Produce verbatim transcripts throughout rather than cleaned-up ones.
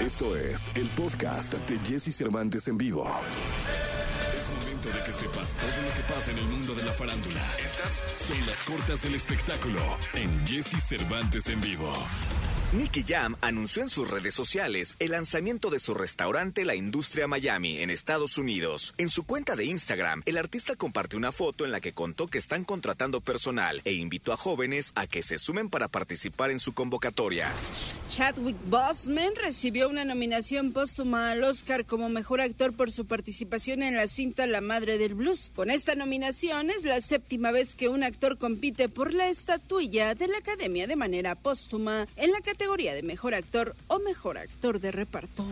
Esto es el podcast de Jesse Cervantes en vivo. Es momento de que sepas todo lo que pasa en el mundo de la farándula. Estas son las cortas del espectáculo en Jesse Cervantes en vivo. Nicky Jam anunció en sus redes sociales el lanzamiento de su restaurante La Industria Miami en Estados Unidos. En su cuenta de Instagram, el artista compartió una foto en la que contó que están contratando personal e invitó a jóvenes a que se sumen para participar en su convocatoria. Chadwick Boseman recibió una nominación póstuma al Oscar como mejor actor por su participación en la cinta La Madre del Blues. Con esta nominación es la séptima vez que un actor compite por la estatuilla de la Academia de manera póstuma en la categoría de mejor actor o mejor actor de reparto.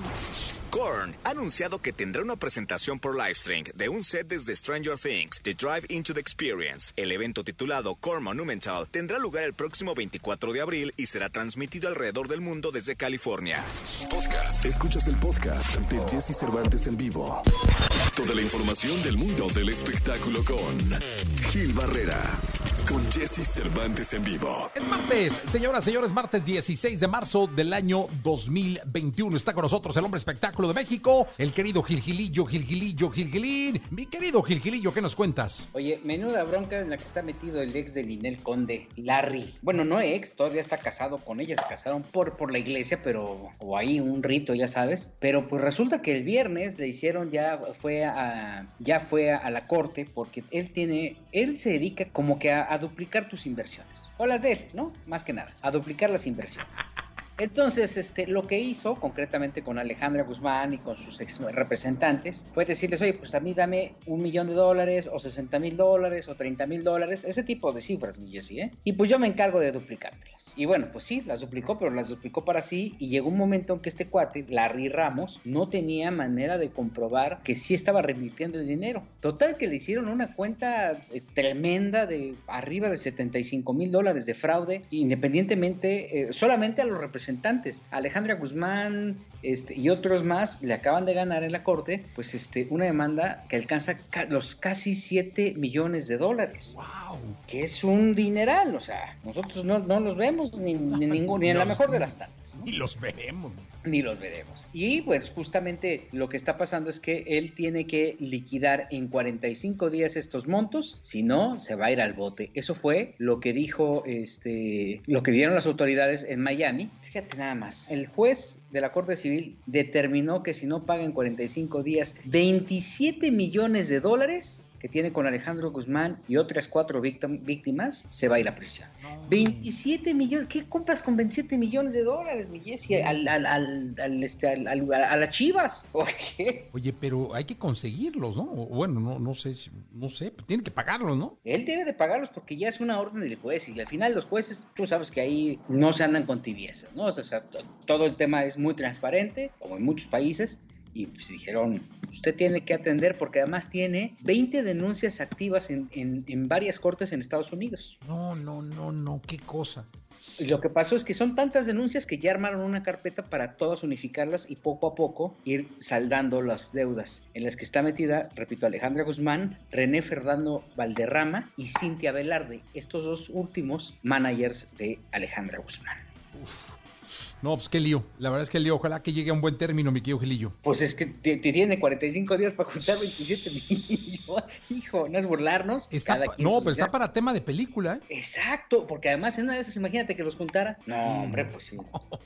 Korn ha anunciado que tendrá una presentación por livestream de un set desde Stranger Things, The Drive Into the Experience. El evento titulado Korn Monumental tendrá lugar el próximo veinticuatro de abril y será transmitido alrededor del mundo desde California. Podcast. Escuchas el podcast de Jesse Cervantes en vivo. Toda la información del mundo del espectáculo con Gil Barrera. Con Jesse Cervantes en vivo. Es martes, señoras, señores, martes dieciséis de marzo del año dos mil veintiuno. Está con nosotros el hombre espectáculo de México, el querido Gilgilillo, Gilgilillo, Gilgilín. Mi querido Gilgilillo, ¿qué nos cuentas? Oye, menuda bronca en la que está metido el ex de Ninel Conde, Larry. Bueno, no ex, todavía está casado con ella, se casaron por, por la iglesia, pero, o ahí un rito, ya sabes. Pero pues resulta que el viernes le hicieron, ya fue a, ya fue a la corte, porque él tiene, él se dedica como que a, a duplicar tus inversiones, o las de él, ¿no? Más que nada, a duplicar las inversiones. Entonces, este, lo que hizo concretamente con Alejandra Guzmán y con sus ex representantes fue decirles, oye, pues a mí dame un millón de dólares, o sesenta mil dólares, o treinta mil dólares, ese tipo de cifras, mi Jessy, ¿eh? Y pues yo me encargo de duplicártelas. Y bueno, pues sí, las duplicó, pero las duplicó para sí, y llegó un momento en que este cuate, Larry Ramos, no tenía manera de comprobar que sí estaba revirtiendo el dinero. Total que le hicieron una cuenta eh, tremenda de arriba de setenta y cinco mil dólares de fraude, independientemente, eh, solamente a los representantes. Alejandra Guzmán este, y otros más le acaban de ganar en la corte, pues este, una demanda que alcanza ca- los casi siete millones de dólares. ¡Wow! Que es un dineral, o sea, nosotros no, no los vemos ni, ni, ningún, ni en la mejor de las tantas, ¿no? Ni los veremos. Ni los veremos. Y pues justamente lo que está pasando es que él tiene que liquidar en cuarenta y cinco días estos montos, si no, se va a ir al bote. Eso fue lo que dijo, este, lo que dieron las autoridades en Miami. Fíjate nada más, el juez de la Corte Civil determinó que si no paga en cuarenta y cinco días veintisiete millones de dólares que tiene con Alejandro Guzmán y otras cuatro víctimas, se va a ir a prisión. No. veintisiete millones, ¿qué compras con veintisiete millones de dólares, mi Jessy? Al, al, al, al, este, al, al, a las Chivas, ¿o qué? Oye, pero hay que conseguirlos, ¿no? Bueno, no, no sé, no sé, tiene que pagarlos, ¿no? Él debe de pagarlos porque ya es una orden del juez, y al final los jueces, tú sabes que ahí no se andan con tibiezas, ¿no? O sea, todo el tema es muy transparente, como en muchos países. Y pues dijeron, usted tiene que atender porque además tiene veinte denuncias activas en, en, en varias cortes en Estados Unidos. No, no, no, no, qué cosa. Y lo que pasó es que son tantas denuncias que ya armaron una carpeta para todas unificarlas y poco a poco ir saldando las deudas en las que está metida, repito, Alejandra Guzmán, René Fernando Valderrama y Cintia Velarde, estos dos últimos managers de Alejandra Guzmán. Uf. No, pues qué lío. La verdad es que el lío. Ojalá que llegue a un buen término, mi querido Gilillo. Pues es que te, te tiene cuarenta y cinco días para juntar veintisiete millones. Hijo, no es burlarnos. Está pa- no, pero está para tema de película, ¿eh? Exacto, porque además en una de esas, imagínate que los juntara. No, hombre, pues sí.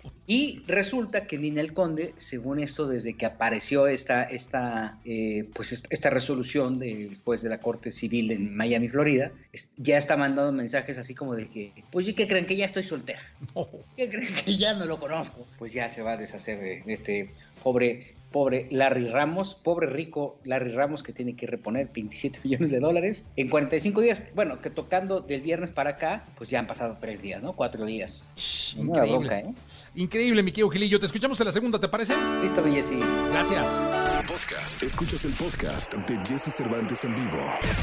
Y resulta que Ninel Conde, según esto, desde que apareció esta, esta, eh, pues esta, esta resolución del juez de la Corte Civil en Miami, Florida, es, ya está mandando mensajes así como de que, pues yo que creen que ya estoy soltera. No. ¿Qué creen que ya no lo conozco? Pues ya se va a deshacer de, de este pobre, pobre Larry Ramos, pobre rico Larry Ramos, que tiene que reponer veintisiete millones de dólares en cuarenta y cinco días. Bueno, que tocando del viernes para acá, pues ya han pasado tres días, ¿no? Cuatro días. Increíble. Bronca, ¿eh? Increíble, mi querido Gilillo. Te escuchamos en la segunda, ¿te parece? Listo, mi Jessy. Gracias. Podcast. Escuchas el podcast de Jesse Cervantes en vivo.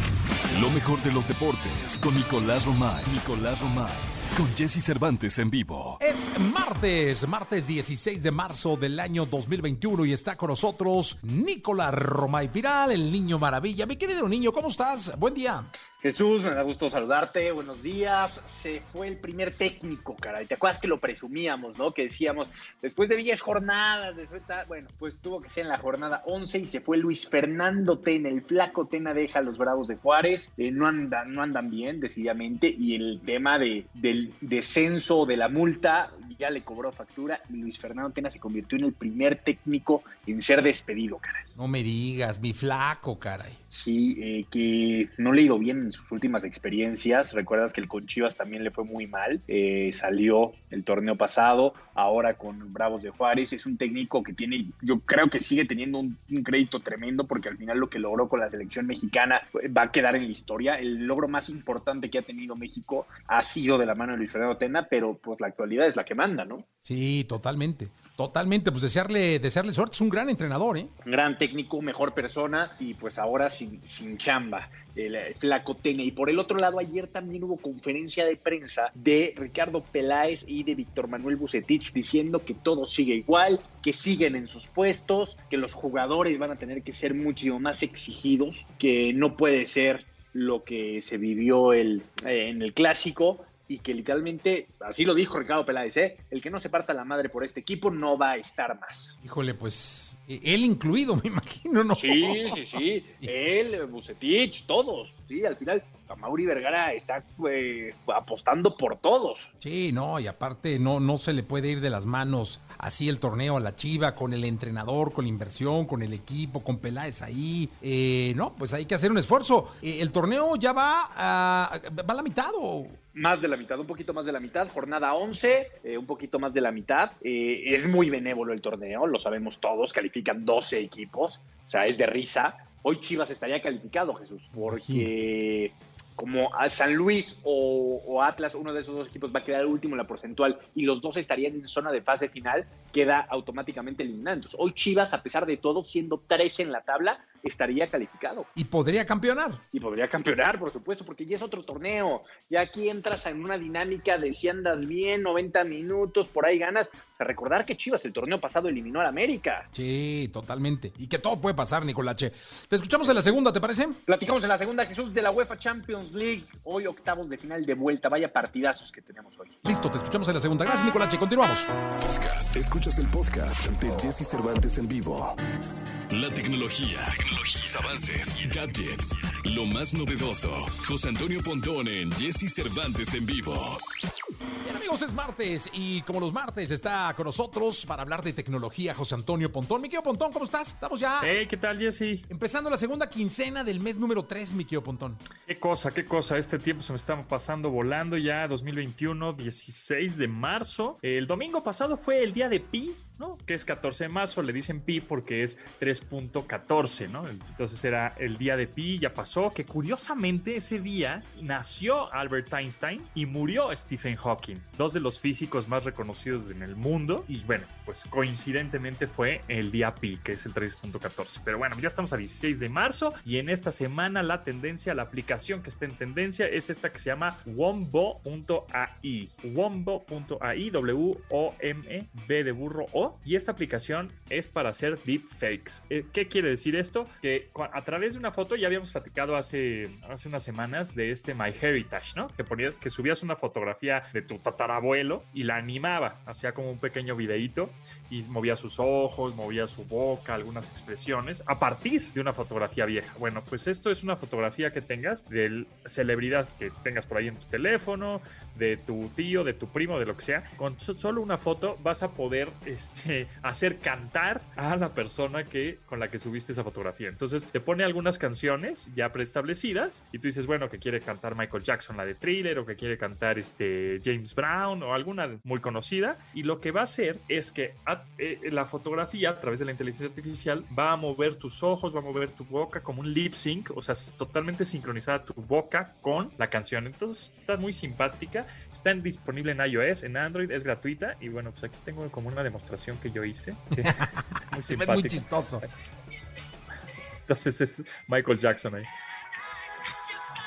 Lo mejor de los deportes con Nicolás Romay. Nicolás Romay. Con Jesse Cervantes en vivo. Es martes, martes dieciséis de marzo del año dos mil veintiuno y está con nosotros Nicolás Romay Piral, el niño maravilla. Mi querido niño, ¿cómo estás? Buen día. Jesús, me da gusto saludarte, buenos días. Se fue el primer técnico, caray. ¿Te acuerdas que lo presumíamos, no? Que decíamos, después de diez jornadas, después de... bueno, pues tuvo que ser en la jornada once y se fue Luis Fernando Tena. El flaco Tena deja a los Bravos de Juárez. Eh, no andan, no andan bien, decididamente, y el tema de, del descenso de la multa ya le cobró factura y Luis Fernando Tena se convirtió en el primer técnico en ser despedido, caray. No me digas, mi flaco, caray. Sí, eh, que no le ha ido bien en sus últimas experiencias. Recuerdas que el con Chivas también le fue muy mal. Eh, salió el torneo pasado, ahora con Bravos de Juárez. Es un técnico que tiene, yo creo que sigue teniendo un, un crédito tremendo, porque al final lo que logró con la selección mexicana va a quedar en la historia. El logro más importante que ha tenido México ha sido de la mano de Luis Fernando Tena, pero pues la actualidad es la que manda, ¿no? Sí, totalmente, totalmente. Pues desearle, desearle suerte. Es un gran entrenador, ¿eh? Un gran técnico, mejor persona, y pues ahora sin, sin chamba. El, el flaco Tena. Y por el otro lado, ayer también hubo conferencia de prensa de Ricardo Peláez y de Víctor Manuel Vucetich diciendo que todo sigue igual, que siguen en sus puestos, que los jugadores van a tener que ser mucho más exigidos, que no puede ser lo que se vivió el, eh, en el Clásico, y que literalmente, así lo dijo Ricardo Peláez, ¿eh? El que no se parta la madre por este equipo no va a estar más. Híjole, pues, él incluido, me imagino, ¿no? Sí, sí, sí, él, Vucetich, todos, sí, al final, Amaury Vergara está eh, apostando por todos. Sí, no, y aparte no, no se le puede ir de las manos así el torneo a la Chiva, con el entrenador, con la inversión, con el equipo, con Peláez ahí. Eh, no, pues hay que hacer un esfuerzo. Eh, el torneo ya va a, va a la mitad, ¿o...? Más de la mitad, un poquito más de la mitad, jornada once, eh, un poquito más de la mitad. Eh, es muy benévolo el torneo, lo sabemos todos, califican doce equipos, o sea, es de risa. Hoy Chivas estaría calificado, Jesús, porque como a San Luis o, o Atlas, uno de esos dos equipos va a quedar último en la porcentual y los dos estarían en zona de fase final, queda automáticamente eliminado. Entonces, hoy Chivas, a pesar de todo, siendo trece en la tabla, estaría calificado. Y podría campeonar. Y podría campeonar, por supuesto, porque ya es otro torneo. Ya aquí entras en una dinámica de si andas bien, noventa minutos, por ahí ganas. O sea, recordar que Chivas el torneo pasado eliminó al América. Sí, totalmente. Y que todo puede pasar, Nicolache. Te escuchamos en la segunda, ¿te parece? Platicamos en la segunda, Jesús, de la UEFA Champions League. Hoy octavos de final de vuelta. Vaya partidazos que tenemos hoy. Listo, te escuchamos en la segunda. Gracias, Nicolache. Continuamos. Podcast. Escuchas el podcast de Jesse Cervantes en vivo. La tecnología, tecnología, avances, gadgets, lo más novedoso. José Antonio Pontón en Jesse Cervantes en vivo. Bien, amigos, es martes y como los martes está con nosotros para hablar de tecnología José Antonio Pontón. Mi querido Pontón, ¿cómo estás? Estamos ya... Hey, ¿qué tal, Jesse? Empezando la segunda quincena del mes número tres, mi querido Pontón. Qué cosa, qué cosa. Este tiempo se me está pasando volando ya. dos mil veintiuno, dieciséis de marzo. El domingo pasado fue el día de Pi, ¿no? Que es catorce de marzo, le dicen Pi porque es tres punto catorce, ¿no? Entonces era el día de Pi, ya pasó, que curiosamente ese día nació Albert Einstein y murió Stephen Hawking, dos de los físicos más reconocidos en el mundo, y bueno, pues coincidentemente fue el día Pi, que es el tres punto catorce. Pero bueno, ya estamos a dieciséis de marzo y en esta semana la tendencia, la aplicación que está en tendencia es esta que se llama Wombo punto a i. Wombo punto a i, W O M B de burro O. Y esta aplicación es para hacer deepfakes. ¿Qué quiere decir esto? Que a través de una foto, ya habíamos platicado hace, hace unas semanas de este MyHeritage, ¿no? Que ponías, que subías una fotografía de tu tatarabuelo y la animaba, hacía como un pequeño videíto y movía sus ojos, movía su boca, algunas expresiones a partir de una fotografía vieja. Bueno, pues esto es una fotografía que tengas de celebridad que tengas por ahí en tu teléfono, de tu tío, de tu primo, de lo que sea. Con solo una foto vas a poder este, hacer cantar a la persona que, con la que subiste esa fotografía. Entonces te pone algunas canciones ya preestablecidas y tú dices, bueno, que quiere cantar Michael Jackson, la de Thriller, o que quiere cantar este James Brown o alguna muy conocida, y lo que va a hacer es que a, eh, la fotografía a través de la inteligencia artificial va a mover tus ojos, va a mover tu boca como un lip sync, o sea, totalmente sincronizada tu boca con la canción. Entonces está muy simpática, está disponible en iOS, en Android, es gratuita, y bueno, pues aquí tengo como una demostración que yo hice, que está muy simpática. Muy chistoso. Entonces es Michael Jackson ahí.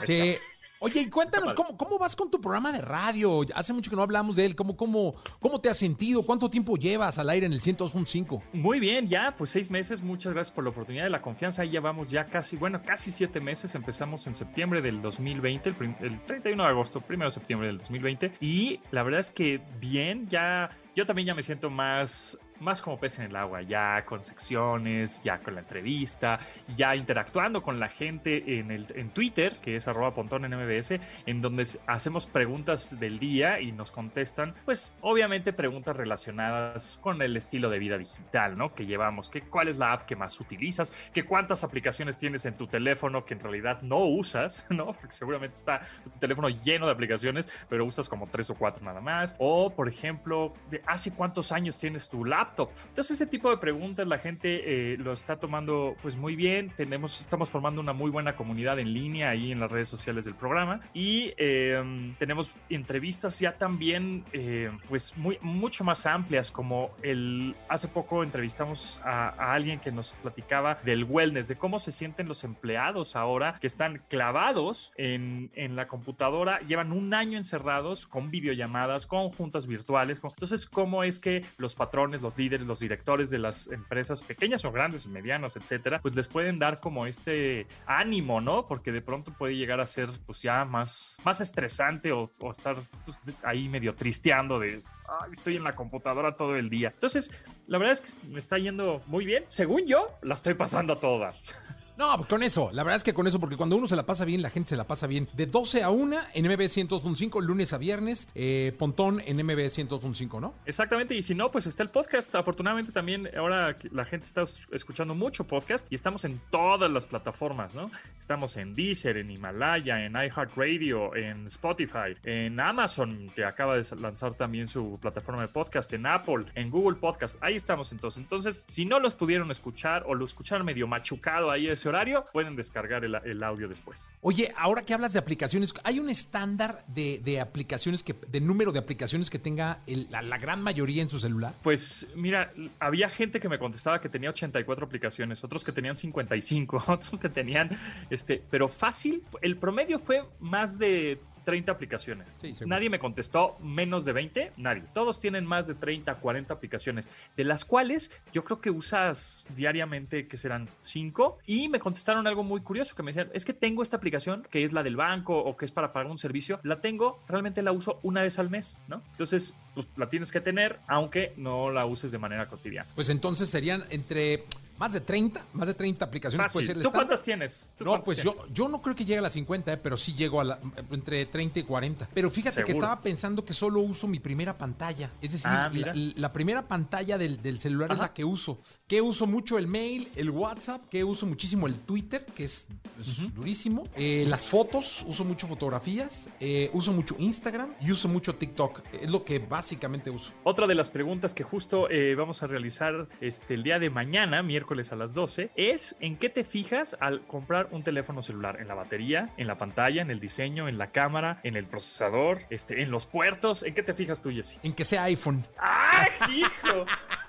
Sí. Oye, y cuéntanos, ¿cómo, ¿cómo vas con tu programa de radio? Hace mucho que no hablamos de él. ¿Cómo, cómo, cómo te has sentido? ¿Cuánto tiempo llevas al aire en el ciento dos punto cinco? Muy bien, ya, pues seis meses. Muchas gracias por la oportunidad y la confianza. Ahí llevamos ya casi, bueno, casi siete meses. Empezamos en septiembre del dos mil veinte, el, prim- el treinta y uno de agosto, primero de septiembre del dos mil veinte. Y la verdad es que bien, ya... Yo también ya me siento más, más como pez en el agua, ya con secciones, ya con la entrevista, ya interactuando con la gente en, el, en Twitter, que es arroba pontón en M B S, en donde hacemos preguntas del día y nos contestan, pues obviamente preguntas relacionadas con el estilo de vida digital, ¿no? Que llevamos, que cuál es la app que más utilizas, que cuántas aplicaciones tienes en tu teléfono que en realidad no usas, ¿no? Porque seguramente está tu teléfono lleno de aplicaciones, pero usas como tres o cuatro nada más. O, por ejemplo, de ¿hace cuántos años tienes tu laptop? Entonces ese tipo de preguntas la gente eh, lo está tomando pues muy bien. Tenemos, estamos formando una muy buena comunidad en línea ahí en las redes sociales del programa y eh, tenemos entrevistas ya también eh, pues muy, mucho más amplias, como el hace poco entrevistamos a, a alguien que nos platicaba del wellness, de cómo se sienten los empleados ahora que están clavados en, en la computadora, llevan un año encerrados con videollamadas, con juntas virtuales, con, entonces cómo es que los patrones, los líderes, los directores de las empresas pequeñas o grandes, medianas, etcétera, pues les pueden dar como este ánimo, ¿no? Porque de pronto puede llegar a ser pues ya más, más estresante o, o estar pues, ahí medio tristeando de ay, estoy en la computadora todo el día. Entonces, la verdad es que me está yendo muy bien. Según yo, la estoy pasando a todo dar. No, con eso, la verdad es que con eso, porque cuando uno se la pasa bien, la gente se la pasa bien. De doce a una en M B S ciento dos punto cinco, lunes a viernes, eh, Pontón en M B S ciento dos punto cinco, ¿no? Exactamente, y si no, pues está el podcast. Afortunadamente también ahora la gente está escuchando mucho podcast y estamos en todas las plataformas, ¿no? Estamos en Deezer, en Himalaya, en iHeartRadio, en Spotify, en Amazon, que acaba de lanzar también su plataforma de podcast, en Apple, en Google Podcast. Ahí estamos entonces. Entonces, si no los pudieron escuchar o lo escucharon medio machucado ahí ese horario, pueden descargar el, el audio después. Oye, ahora que hablas de aplicaciones, ¿hay un estándar de, de aplicaciones, que, de número de aplicaciones que tenga el, la, la gran mayoría en su celular? Pues mira, había gente que me contestaba que tenía ochenta y cuatro aplicaciones, otros que tenían cincuenta y cinco, otros que tenían, este, pero fácil, el promedio fue más de treinta aplicaciones. Sí, nadie me contestó menos de veinte, nadie. Todos tienen más de treinta, cuarenta aplicaciones, de las cuales yo creo que usas diariamente, que serán cinco, y me contestaron algo muy curioso, que me decían, es que tengo esta aplicación, que es la del banco, o que es para pagar un servicio, la tengo, realmente la uso una vez al mes, ¿no? Entonces, pues la tienes que tener, aunque no la uses de manera cotidiana. Pues entonces serían entre... Más de treinta, más de treinta aplicaciones. Fácil. Puede ser el ¿Tú estándar? cuántas tienes? ¿Tú No, cuántas pues tienes? yo, yo no creo que llegue a las cincuenta, eh, pero sí llego a la, entre treinta y cuarenta. Pero fíjate Seguro. que estaba pensando que solo uso mi primera pantalla. Es decir, Ah, la, la primera pantalla del, del celular. Ajá. Es la que uso. Que uso mucho el mail, el WhatsApp, que uso muchísimo el Twitter, que es, es uh-huh. durísimo. Eh, las fotos, uso mucho fotografías. Eh, uso mucho Instagram y uso mucho TikTok. Es lo que básicamente uso. Otra de las preguntas que justo eh, vamos a realizar este, el día de mañana, miércoles a las doce, es ¿en qué te fijas al comprar un teléfono celular? ¿En la batería? ¿En la pantalla? ¿En el diseño? ¿En la cámara? ¿En el procesador? Este, ¿en los puertos? ¿En qué te fijas tú, Jesse? En que sea iPhone. ¡Ay, hijo!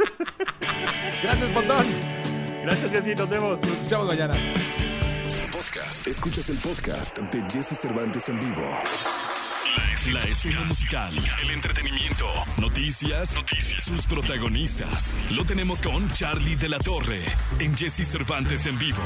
Gracias, Pontón. Gracias, Jesse. Nos vemos. Nos escuchamos mañana. Podcast. Escuchas el podcast de Jesse Cervantes en vivo. La escena, la escena musical, el entretenimiento, noticias, noticias, sus protagonistas. Lo tenemos con Charlie de la Torre en Jesse Cervantes en vivo.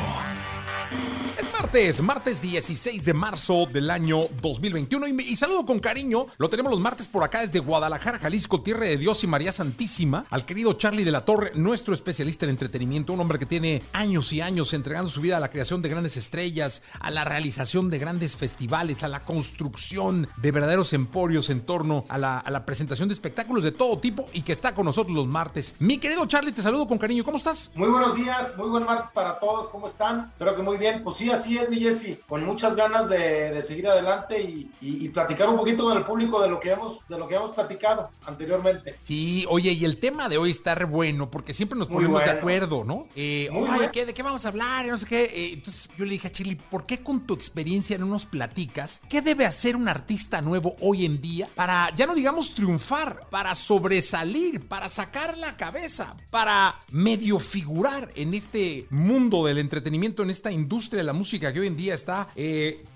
Es martes, martes dieciséis de marzo del año dos mil veintiuno y, y saludo con cariño, lo tenemos los martes por acá desde Guadalajara, Jalisco, tierra de Dios y María Santísima, al querido Charlie de la Torre, nuestro especialista en entretenimiento, un hombre que tiene años y años entregando su vida a la creación de grandes estrellas, a la realización de grandes festivales, a la construcción de verdaderos emporios en torno a la, a la presentación de espectáculos de todo tipo y que está con nosotros los martes. Mi querido Charlie, te saludo con cariño, ¿cómo estás? Muy buenos días, muy buen martes para todos, ¿cómo están? Espero que muy bien, pues sí, así es, mi Jesse, con muchas ganas de, de seguir adelante y, y, y platicar un poquito con el público de lo que hemos, de lo que hemos platicado anteriormente. Sí, oye, y el tema de hoy está re bueno, porque siempre nos Muy ponemos bueno. de acuerdo, ¿no? Eh, Muy oye, bueno. ¿qué, ¿de qué vamos a hablar? Y no sé qué. Eh, entonces yo le dije a Chile, ¿por qué con tu experiencia no nos platicas qué debe hacer un artista nuevo hoy en día para, ya no digamos triunfar, para sobresalir, para sacar la cabeza, para medio figurar en este mundo del entretenimiento, en esta industria de la música que hoy en día está eh,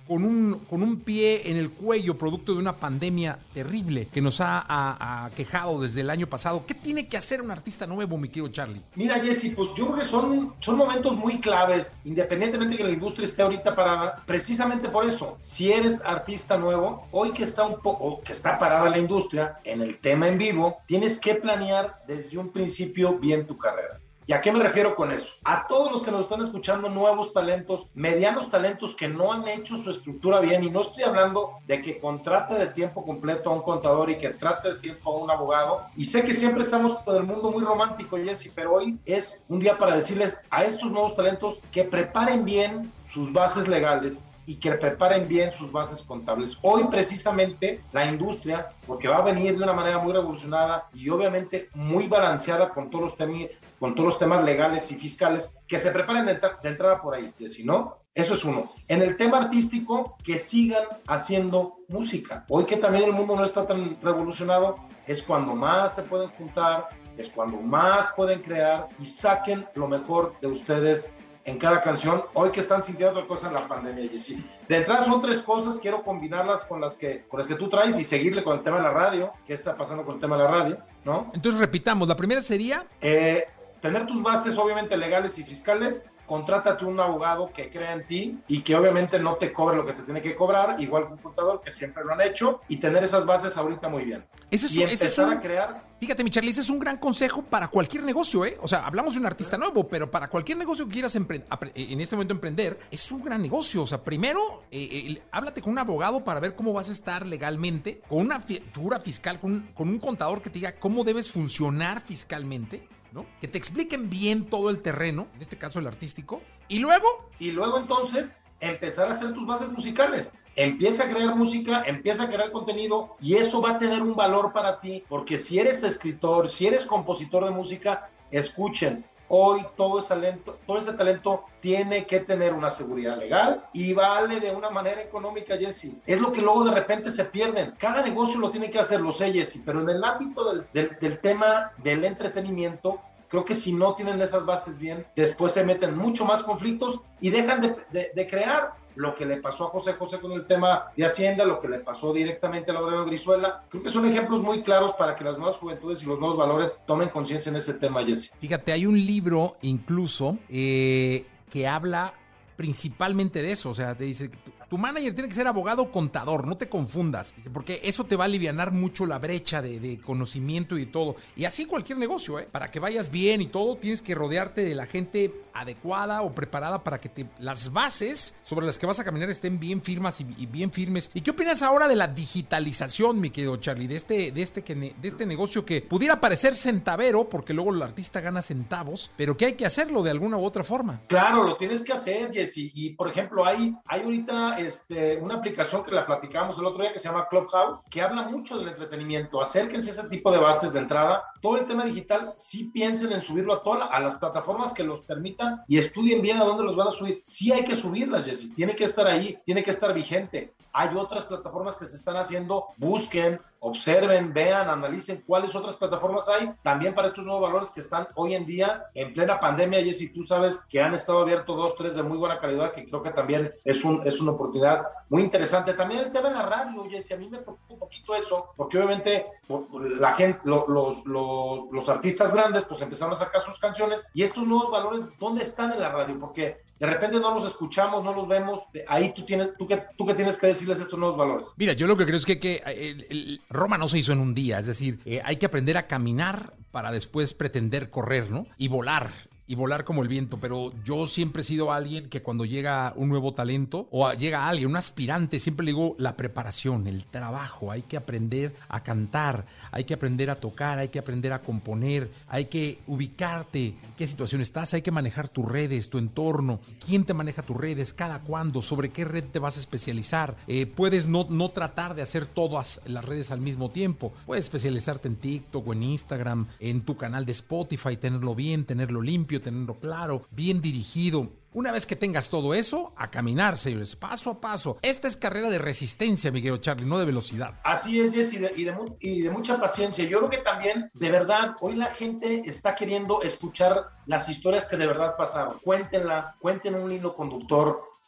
con un, con un pie en el cuello producto de una pandemia terrible que nos ha, ha, ha quejado desde el año pasado. ¿Qué tiene que hacer un artista nuevo, mi querido Charlie? Mira, Jesse, pues yo creo que son, son momentos muy claves, independientemente que la industria esté ahorita parada, precisamente por eso. Si eres artista nuevo, hoy que está un poco, que está parada la industria en el tema en vivo, tienes que planear desde un principio bien tu carrera. ¿Y a qué me refiero con eso? A todos los que nos están escuchando, nuevos talentos, medianos talentos que no han hecho su estructura bien, y no estoy hablando de que contrate de tiempo completo a un contador y que trate de tiempo a un abogado, y sé que siempre estamos en el mundo muy romántico, Jesse, pero hoy es un día para decirles a estos nuevos talentos que preparen bien sus bases legales y que preparen bien sus bases contables. Hoy precisamente la industria, porque va a venir de una manera muy revolucionada y obviamente muy balanceada con todos los, temi- con todos los temas legales y fiscales, que se preparen de, entra- de entrada por ahí, que si no, eso es uno. En el tema artístico, que sigan haciendo música. Hoy que también el mundo no está tan revolucionado, es cuando más se pueden juntar, es cuando más pueden crear y saquen lo mejor de ustedes en cada canción, hoy que están sintiendo otra cosa en la pandemia, Jesse. De entrada son tres cosas, quiero combinarlas con las que con las que tú traes y seguirle con el tema de la radio. ¿Qué está pasando con el tema de la radio? ¿No? Entonces repitamos, la primera sería... Eh, tener tus bases obviamente legales y fiscales, contrátate un abogado que crea en ti y que obviamente no te cobre lo que te tiene que cobrar, igual que un contador, que siempre lo han hecho, y tener esas bases ahorita muy bien. Ese es, y ese empezar es un, a crear... Fíjate, mi Charlie, ese es un gran consejo para cualquier negocio, ¿eh? O sea, hablamos de un artista nuevo, pero para cualquier negocio que quieras empre- en este momento emprender, es un gran negocio. O sea, primero, eh, eh, háblate con un abogado para ver cómo vas a estar legalmente, con una fi- figura fiscal, con un, con un contador que te diga cómo debes funcionar fiscalmente, ¿no? Que te expliquen bien todo el terreno, en este caso el artístico, y luego... Y luego entonces empezar a hacer tus bases musicales. Empieza a crear música, empieza a crear contenido y eso va a tener un valor para ti, porque si eres escritor, si eres compositor de música, escuchen, hoy todo ese talento, todo ese talento tiene que tener una seguridad legal y vale de una manera económica, Jesse. Es lo que luego de repente se pierden. Cada negocio lo tiene que hacer, lo sé, Jesse, pero en el ámbito del, del, del tema del entretenimiento, creo que si no tienen esas bases bien, después se meten mucho más conflictos y dejan de, de, de crear. Lo que le pasó a José José con el tema de Hacienda, lo que le pasó directamente a Laureano Brizuela, creo que son ejemplos muy claros para que las nuevas juventudes y los nuevos valores tomen conciencia en ese tema, Jesse. Fíjate, hay un libro incluso eh, que habla principalmente de eso, o sea, te dice que tu, tu manager tiene que ser abogado o contador, no te confundas, porque eso te va a alivianar mucho la brecha de, de conocimiento y de todo, y así cualquier negocio, ¿eh? Para que vayas bien y todo, tienes que rodearte de la gente adecuada o preparada para que te, las bases sobre las que vas a caminar estén bien firmes y, y bien firmes. ¿Y qué opinas ahora de la digitalización, mi querido Charlie, de este, de este, que ne, de este negocio que pudiera parecer centavero, porque luego el artista gana centavos, pero que hay que hacerlo de alguna u otra forma? Claro, lo tienes que hacer, Jesse, y por ejemplo, hay, hay ahorita este, una aplicación que la platicamos el otro día que se llama Clubhouse, que habla mucho del entretenimiento. Acérquense a ese tipo de bases de entrada. Todo el tema digital, sí piensen en subirlo a, toda, a las plataformas que los permitan y estudien bien a dónde los van a subir. Sí hay que subirlas, Jesse, tiene que estar ahí, tiene que estar vigente. Hay otras plataformas que se están haciendo, busquen, observen, vean, analicen cuáles otras plataformas hay también para estos nuevos valores que están hoy en día en plena pandemia. Jesse, tú sabes que han estado abiertos dos, tres de muy buena calidad, que creo que también es, un, es una oportunidad muy interesante. También el tema de la radio, Jesse, a mí me preocupa un poquito eso, porque obviamente la gente, lo, los, los, los artistas grandes pues empezaron a sacar sus canciones y estos nuevos valores, ¿dónde están en la radio? Porque de repente no los escuchamos, no los vemos. Ahí tú tienes, tú que, tú que tienes que decirles estos nuevos valores. Mira, yo lo que creo es que, que el, el, Roma no se hizo en un día, es decir, eh, hay que aprender a caminar para después pretender correr, ¿no? Y volar. Y volar como el viento, pero yo siempre he sido alguien que cuando llega un nuevo talento o llega alguien, un aspirante, siempre le digo la preparación, el trabajo, hay que aprender a cantar, hay que aprender a tocar, hay que aprender a componer, hay que ubicarte, en qué situación estás, hay que manejar tus redes, tu entorno, quién te maneja tus redes, cada cuándo, sobre qué red te vas a especializar, eh, puedes no, no tratar de hacer todas las redes al mismo tiempo, puedes especializarte en TikTok o en Instagram, en tu canal de Spotify, tenerlo bien, tenerlo limpio, tenerlo claro, bien dirigido. Una vez que tengas todo eso, a caminar, señores, paso a paso. Esta es carrera de resistencia, mi querido Charlie, no de velocidad. Así es, Jess, y de, y, de, y de mucha paciencia. Yo creo que también, de verdad, hoy la gente está queriendo escuchar las historias que de verdad pasaron. Cuéntenla, cuenten un hilo conductor,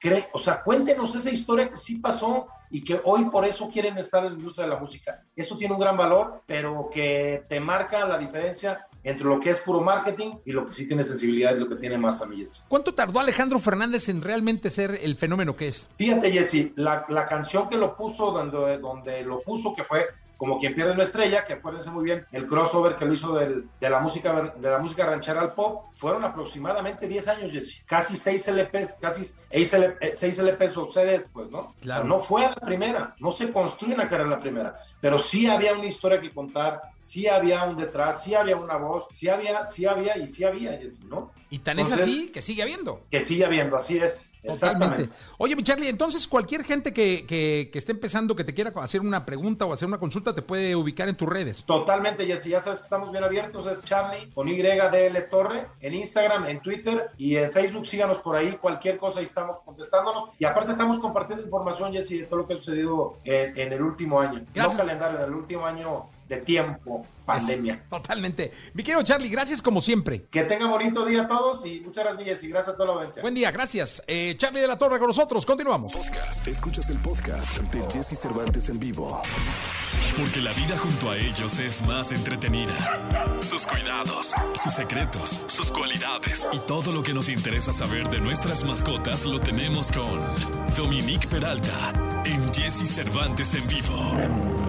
cree, o sea, cuéntenos esa historia que sí pasó y que hoy por eso quieren estar en la industria de la música. Eso tiene un gran valor, pero que te marca la diferencia entre lo que es puro marketing y lo que sí tiene sensibilidad y lo que tiene masa, mi Jessy. ¿Cuánto tardó Alejandro Fernández en realmente ser el fenómeno que es? Fíjate, Jessy, la, la canción que lo puso, donde, donde lo puso, que fue Como quien pierde una estrella, que acuérdense muy bien, el crossover que lo hizo del, de, la música, de la música ranchera al pop, fueron aproximadamente diez años, Jessy. Casi seis L Pes, casi seis L Pes o C Ds, pues, ¿no? Claro. O sea, no fue a la primera, no se construye una carrera en la primera, pero sí había una historia que contar, sí había un detrás, sí había una voz, sí había, sí había y sí había, Jessy, ¿no? Y tan entonces, es así que sigue habiendo. Que sigue habiendo, así es. Totalmente. Oye, mi Charlie, entonces cualquier gente que, que, que esté empezando, que te quiera hacer una pregunta o hacer una consulta, te puede ubicar en tus redes. Totalmente, Jessy. Ya sabes que estamos bien abiertos. Es Charlie con Y D L Torre en Instagram, en Twitter y en Facebook. Síganos por ahí. Cualquier cosa y estamos contestándonos. Y aparte estamos compartiendo información, Jessy, de todo lo que ha sucedido en, en el último año. Gracias. No calendario, en el último año de tiempo, pandemia. Totalmente. Mi querido Charlie, gracias como siempre. Que tengan bonito día a todos y muchas gracias, y gracias a toda la audiencia. Buen día, gracias. Eh, Charlie de la Torre con nosotros, continuamos. Podcast. Escuchas el podcast de Jessy Cervantes en vivo. Porque la vida junto a ellos es más entretenida. Sus cuidados, sus secretos, sus cualidades y todo lo que nos interesa saber de nuestras mascotas lo tenemos con Dominique Peralta en Jessy Cervantes en vivo.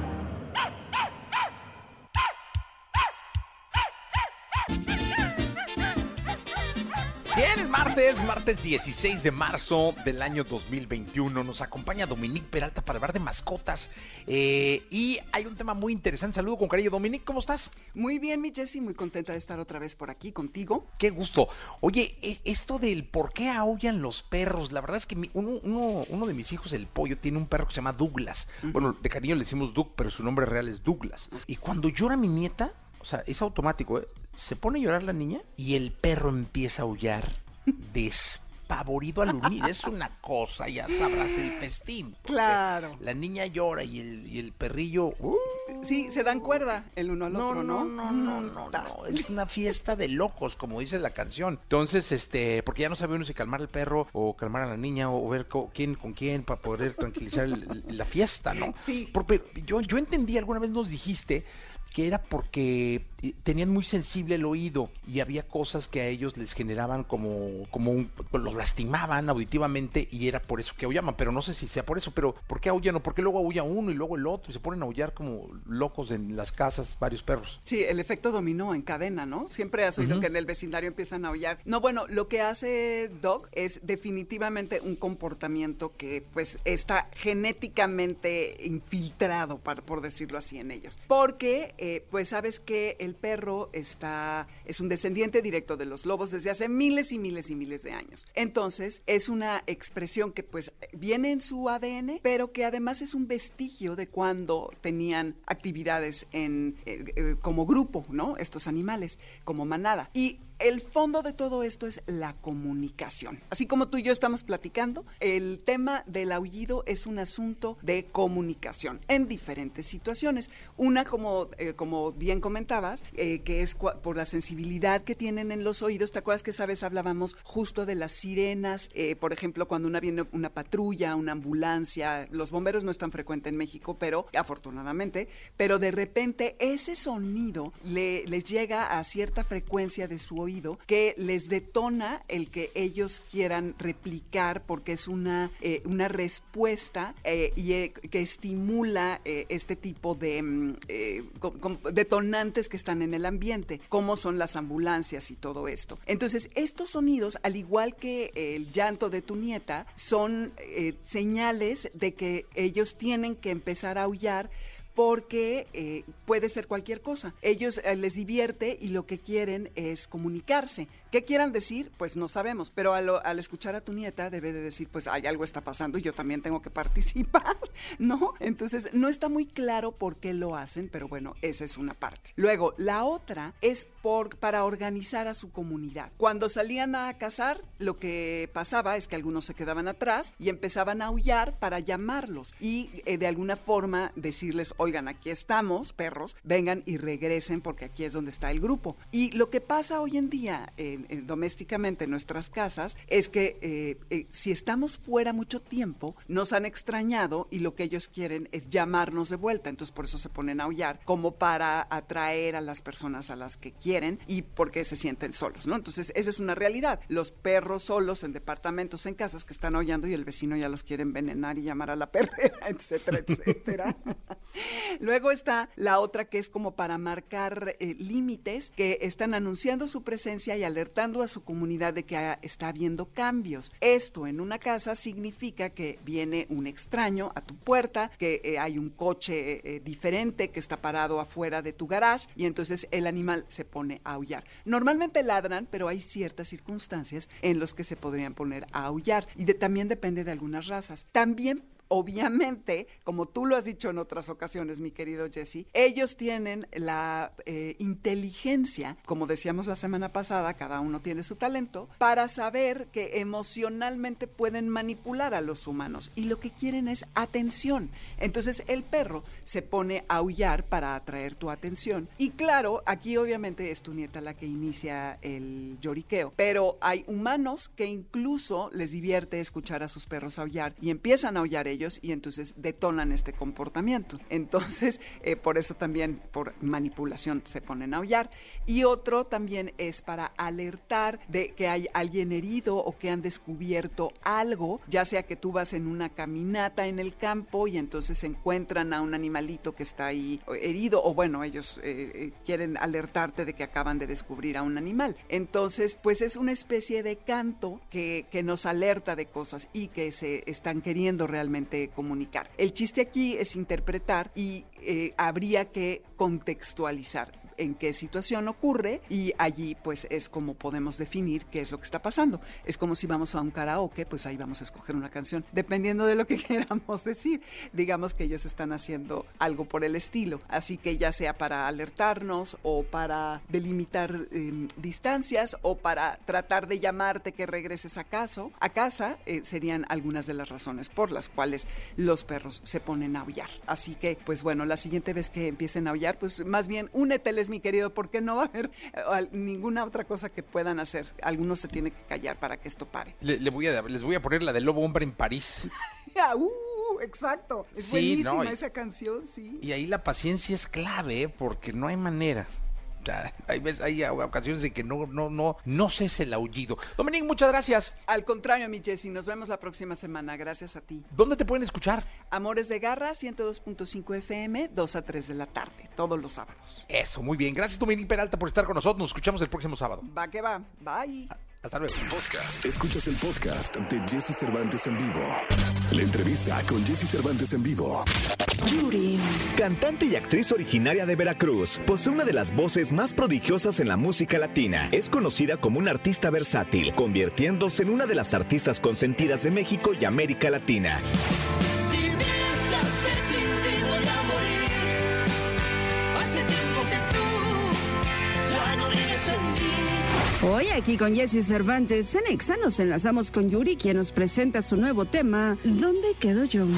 Bien, es martes, martes dieciséis de marzo del año dos mil veintiuno. Nos acompaña Dominique Peralta para hablar de mascotas. Eh, y hay un tema muy interesante. Saludo con cariño. Dominique, ¿cómo estás? Muy bien, mi Jessy, muy contenta de estar otra vez por aquí contigo. Qué gusto. Oye, esto del por qué aullan los perros, la verdad es que mi, uno, uno, uno de mis hijos, el pollo, tiene un perro que se llama Douglas. Uh-huh. Bueno, de cariño le decimos Doug, pero su nombre real es Douglas. Uh-huh. Y cuando llora mi nieta, o sea, es automático, ¿eh? Se pone a llorar la niña y el perro empieza a aullar despavorido al unir. Es una cosa, ya sabrás, el festín. Claro. La niña llora y el, y el perrillo... Uh, sí, se dan cuerda el uno al no, otro, ¿no? No, no, no, no, no. Es una fiesta de locos, como dice la canción. Entonces, este, porque ya no sabe uno si calmar al perro o calmar a la niña o ver co- quién con quién para poder tranquilizar el, la fiesta, ¿no? Sí. Porque yo, yo entendí, alguna vez nos dijiste que era porque tenían muy sensible el oído y había cosas que a ellos les generaban como, como un, los lastimaban auditivamente y era por eso que aullaban, pero no sé si sea por eso, pero ¿por qué aullan o por qué luego aulla uno y luego el otro y se ponen a aullar como locos en las casas varios perros? Sí, el efecto dominó en cadena, ¿no? Siempre has oído uh-huh. que en el vecindario empiezan a aullar. No, bueno, lo que hace Doug es definitivamente un comportamiento que pues está genéticamente infiltrado, para, por decirlo así, en ellos. Porque eh, pues sabes que el perro está, es un descendiente directo de los lobos desde hace miles y miles y miles de años. Entonces, es una expresión que pues viene en su A D N, pero que además es un vestigio de cuando tenían actividades en eh, eh, como grupo, ¿no? Estos animales, como manada. Y el fondo de todo esto es la comunicación. Así como tú y yo estamos platicando, el tema del aullido es un asunto de comunicación en diferentes situaciones. Una, como, eh, como bien comentabas, eh, que es cua- por la sensibilidad que tienen en los oídos. ¿Te acuerdas que esa vez hablábamos justo de las sirenas? Eh, por ejemplo, cuando una viene una patrulla, una ambulancia, los bomberos no es tan frecuente en México, pero afortunadamente, pero de repente ese sonido le, les llega a cierta frecuencia de su oído que les detona el que ellos quieran replicar porque es una, eh, una respuesta eh, y, eh, que estimula eh, este tipo de eh, com, com, detonantes que están en el ambiente, como son las ambulancias y todo esto. Entonces, estos sonidos, al igual que el llanto de tu nieta, son eh, señales de que ellos tienen que empezar a aullar porque eh, puede ser cualquier cosa. Ellos eh, les divierte y lo que quieren es comunicarse. ¿Qué quieran decir? Pues no sabemos, pero al, al escuchar a tu nieta debe de decir, pues hay algo está pasando y yo también tengo que participar, ¿no? Entonces no está muy claro por qué lo hacen, pero bueno, esa es una parte. Luego, la otra es por, para organizar a su comunidad. Cuando salían a cazar, lo que pasaba es que algunos se quedaban atrás y empezaban a aullar para llamarlos y eh, de alguna forma decirles, oigan, aquí estamos, perros, vengan y regresen porque aquí es donde está el grupo. Y lo que pasa hoy en día, eh, eh, eh, domésticamente en nuestras casas es que eh, eh, si estamos fuera mucho tiempo, nos han extrañado y lo que ellos quieren es llamarnos de vuelta. Entonces por eso se ponen a aullar, como para atraer a las personas a las que quieren y porque se sienten solos, ¿no? Entonces esa es una realidad. Los perros solos en departamentos, en casas que están aullando y el vecino ya los quiere envenenar y llamar a la perrera, etcétera, etcétera. Luego está la otra que es como para marcar eh, límites, que están anunciando su presencia y alertando a su comunidad de que ah, está habiendo cambios. Esto en una casa significa que viene un extraño a tu puerta, que eh, hay un coche eh, diferente que está parado afuera de tu garage y entonces el animal se pone a aullar. Normalmente ladran, pero hay ciertas circunstancias en las que se podrían poner a aullar y de, también depende de algunas razas. También obviamente, como tú lo has dicho en otras ocasiones, mi querido Jesse, ellos tienen la eh, inteligencia, como decíamos la semana pasada, cada uno tiene su talento, para saber que emocionalmente pueden manipular a los humanos y lo que quieren es atención. Entonces el perro se pone a aullar para atraer tu atención y claro, aquí obviamente es tu nieta la que inicia el lloriqueo, pero hay humanos que incluso les divierte escuchar a sus perros aullar y empiezan a aullar ellos y entonces detonan este comportamiento. Entonces, eh, por eso también por manipulación se ponen a aullar. Y otro también es para alertar de que hay alguien herido o que han descubierto algo, ya sea que tú vas en una caminata en el campo y entonces encuentran a un animalito que está ahí herido o bueno, ellos eh, eh, quieren alertarte de que acaban de descubrir a un animal. Entonces, pues es una especie de canto que, que nos alerta de cosas y que se están queriendo realmente comunicar. El chiste aquí es interpretar y eh, habría que contextualizar en qué situación ocurre y allí pues es como podemos definir qué es lo que está pasando. Es como si vamos a un karaoke, pues ahí vamos a escoger una canción, dependiendo de lo que queramos decir. Digamos que ellos están haciendo algo por el estilo, así que ya sea para alertarnos o para delimitar eh, distancias o para tratar de llamarte que regreses a casa, a casa eh, serían algunas de las razones por las cuales los perros se ponen a aullar. Así que pues bueno, la siguiente vez que empiecen a aullar, pues más bien úneteles, mi querido, porque no va a haber eh, ninguna otra cosa que puedan hacer. Algunos se tienen que callar para que esto pare. Le, le voy a, les voy a poner la del Lobo Hombre en París. uh, exacto. Es sí, buenísima no, y, esa canción, sí. Y ahí la paciencia es clave, ¿eh? Porque no hay manera. Hay, veces, hay ocasiones en que no, no, no, no cese el aullido. Dominique, muchas gracias. Al contrario, mi Jessy, nos vemos la próxima semana. Gracias a ti. ¿Dónde te pueden escuchar? Amores de Garra, ciento dos punto cinco F M, dos a tres de la tarde, todos los sábados. Eso, muy bien. Gracias, Dominique Peralta, por estar con nosotros. Nos escuchamos el próximo sábado. Va que va. Bye. Hasta luego. Podcast. Escuchas el podcast de Jessy Cervantes en vivo. La entrevista con Jessy Cervantes en vivo. Yuri. Cantante y actriz originaria de Veracruz, posee una de las voces más prodigiosas en la música latina. Es conocida como una artista versátil, convirtiéndose en una de las artistas consentidas de México y América Latina. Si piensas que sin ti voy a morir, hace tiempo que tú ya no vives en mí. Hoy aquí con Jessy Cervantes en Exa nos enlazamos con Yuri, quien nos presenta su nuevo tema, ¿Dónde quedo yo?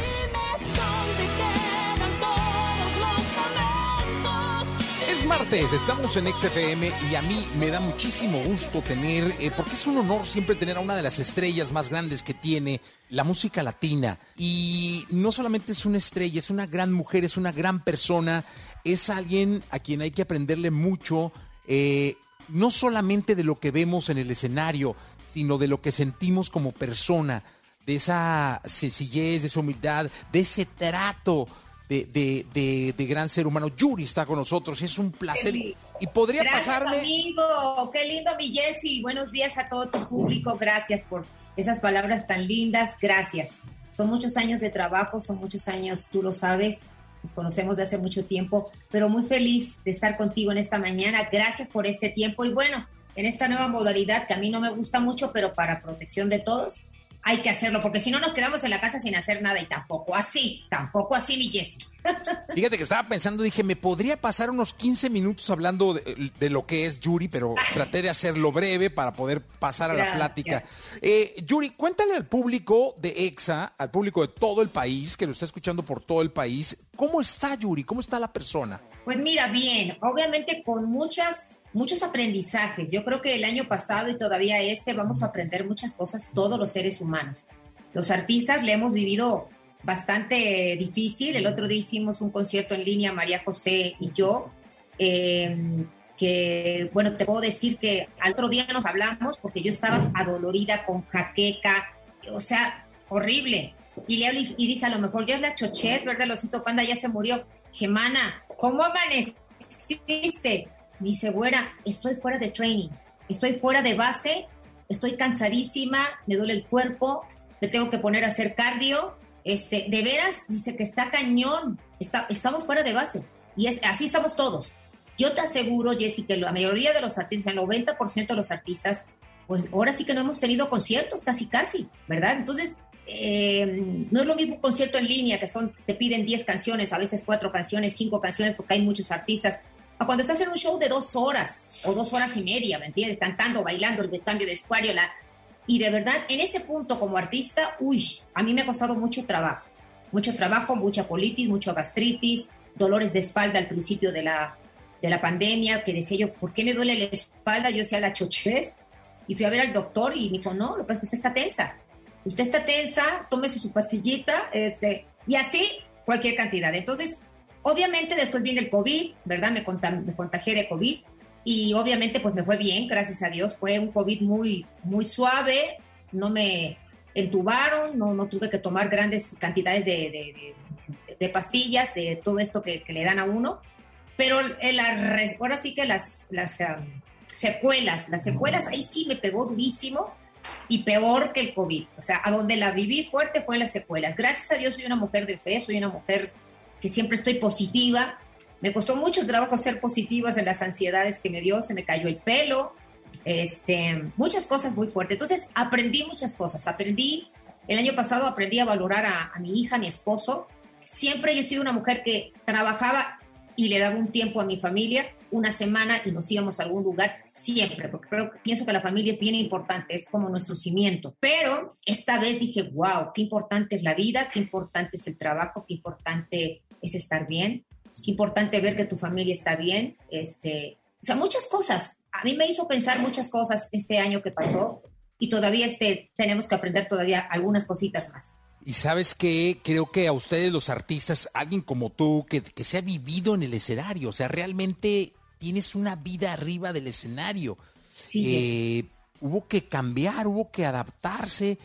Es martes, estamos en X F M y a mí me da muchísimo gusto tener, eh, porque es un honor siempre tener a una de las estrellas más grandes que tiene la música latina. Y no solamente es una estrella, es una gran mujer, es una gran persona, es alguien a quien hay que aprenderle mucho, eh, no solamente de lo que vemos en el escenario, sino de lo que sentimos como persona, de esa sencillez, de esa humildad, de ese trato de, de, de, de gran ser humano. Yuri está con nosotros, es un placer. Y, y podría gracias, pasarme... amigo, qué lindo, mi Jessy. Buenos días a todo tu público, gracias por esas palabras tan lindas, gracias. Son muchos años de trabajo, son muchos años, tú lo sabes, nos conocemos de hace mucho tiempo, pero muy feliz de estar contigo en esta mañana. Gracias por este tiempo y bueno, en esta nueva modalidad que a mí no me gusta mucho, pero para protección de todos, hay que hacerlo, porque si no nos quedamos en la casa sin hacer nada y tampoco así, tampoco así, mi Jessy. Fíjate que estaba pensando, dije, me podría pasar unos quince minutos hablando de, de lo que es Yuri, pero traté de hacerlo breve para poder pasar a la Gracias. plática. Eh, Yuri, cuéntale al público de Exa, al público de todo el país, que lo está escuchando por todo el país, ¿cómo está Yuri? ¿Cómo está la persona? Pues mira, bien, obviamente con muchas, muchos aprendizajes. Yo creo que el año pasado y todavía este vamos a aprender muchas cosas todos los seres humanos. Los artistas le hemos vivido bastante difícil. El otro día hicimos un concierto en línea, María José y yo, eh, que, bueno, te puedo decir que al otro día nos hablamos porque yo estaba adolorida con jaqueca, o sea, horrible. Y le hablé y dije, a lo mejor ya es la chochez, ¿verdad? El osito panda ya se murió. Gemana, ¿cómo amaneciste? Me dice, güera, estoy fuera de training, estoy fuera de base, estoy cansadísima, me duele el cuerpo, me tengo que poner a hacer cardio. Este, de veras, dice que está cañón, está, estamos fuera de base. Y es, así estamos todos. Yo te aseguro, Jessy, que la mayoría de los artistas, el noventa por ciento de los artistas, pues ahora sí que no hemos tenido conciertos, casi casi, ¿verdad? Entonces, eh, no es lo mismo un concierto en línea, que son, te piden diez canciones, a veces cuatro canciones, cinco canciones, porque hay muchos artistas, a cuando estás en un show de dos horas, o dos horas y media, ¿me entiendes? Cantando, bailando, el cambio de vestuario, la... Y de verdad, en ese punto como artista, uy, a mí me ha costado mucho trabajo, mucho trabajo, mucha colitis, mucho gastritis, dolores de espalda al principio de la, de la pandemia, que decía yo, ¿por qué me duele la espalda? Yo decía la chochez, y fui a ver al doctor y me dijo, no, lo que pasa es que usted está tensa, usted está tensa, tómese su pastillita, este, y así cualquier cantidad. Entonces, obviamente después viene el COVID, ¿verdad? Me, contag- me contagié de COVID, y obviamente pues me fue bien, gracias a Dios. Fue un COVID muy, muy suave, no me entubaron, no, no tuve que tomar grandes cantidades de, de, de, de pastillas, de todo esto que, que le dan a uno. Pero el, el, ahora sí que las, las um, secuelas, las secuelas ahí sí me pegó durísimo y peor que el COVID. O sea, a donde la viví fuerte fue las secuelas. Gracias a Dios soy una mujer de fe, soy una mujer que siempre estoy positiva. Me costó mucho trabajo ser positiva en las ansiedades que me dio, se me cayó el pelo, este, muchas cosas muy fuertes. Entonces aprendí muchas cosas, aprendí, el año pasado aprendí a valorar a, a mi hija, a mi esposo. Siempre yo he sido una mujer que trabajaba y le daba un tiempo a mi familia, una semana y nos íbamos a algún lugar, siempre, porque creo, pienso que la familia es bien importante, es como nuestro cimiento. Pero esta vez dije, wow, qué importante es la vida, qué importante es el trabajo, qué importante es estar bien. Qué importante ver que tu familia está bien, este, o sea, muchas cosas. A mí me hizo pensar muchas cosas este año que pasó y todavía este, tenemos que aprender todavía algunas cositas más. Y sabes qué, creo que a ustedes los artistas, alguien como tú, que, que se ha vivido en el escenario, o sea, realmente tienes una vida arriba del escenario. Sí, eh, hubo que cambiar, hubo que adaptarse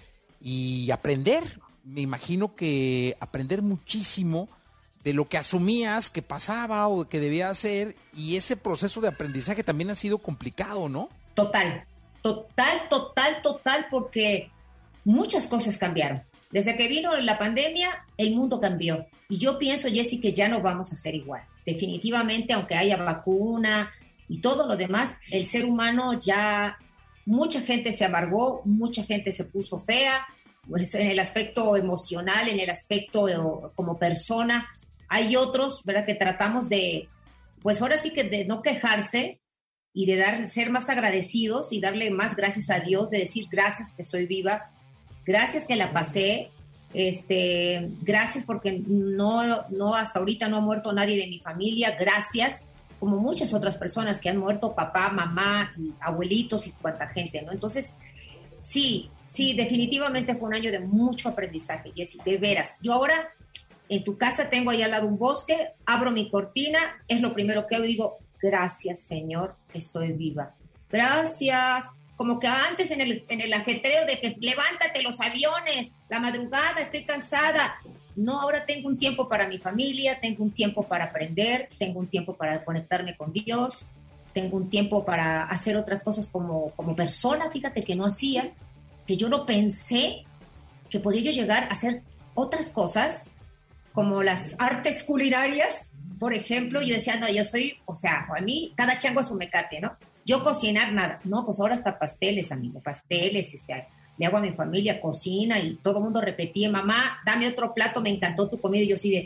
y aprender. Me imagino que aprender muchísimo de lo que asumías que pasaba o que debía hacer, y ese proceso de aprendizaje también ha sido complicado, ¿no? Total, total, total, total, porque muchas cosas cambiaron. Desde que vino la pandemia, el mundo cambió. Y yo pienso, Jessy, que ya no vamos a ser igual. Definitivamente, aunque haya vacuna y todo lo demás, el ser humano ya, mucha gente se amargó, mucha gente se puso fea, pues en el aspecto emocional, en el aspecto de, como persona. Hay otros, ¿verdad?, que tratamos de, pues ahora sí que de no quejarse y de dar, ser más agradecidos y darle más gracias a Dios, de decir gracias que estoy viva, gracias que la pasé, este, gracias porque no, no hasta ahorita no ha muerto nadie de mi familia, gracias, como muchas otras personas que han muerto, papá, mamá, abuelitos y cuanta gente, ¿no? Entonces, sí, sí, definitivamente fue un año de mucho aprendizaje, Jessy, de veras. Yo ahora en tu casa tengo ahí al lado un bosque, abro mi cortina, es lo primero que hago, digo, gracias, Señor, estoy viva. Gracias. Como que antes en el, en el ajetreo de que levántate los aviones, la madrugada, estoy cansada. No, ahora tengo un tiempo para mi familia, tengo un tiempo para aprender, tengo un tiempo para conectarme con Dios, tengo un tiempo para hacer otras cosas como, como persona, fíjate que no hacía, que yo no pensé que podía yo llegar a hacer otras cosas, como las artes culinarias, por ejemplo. Yo decía, no, yo soy, o sea, a mí cada chango a su mecate, ¿no? Yo cocinar nada, no, pues ahora hasta pasteles, amigo, pasteles, este, le hago a mi familia, cocina, y todo el mundo repetía, mamá, dame otro plato, me encantó tu comida, y yo así de,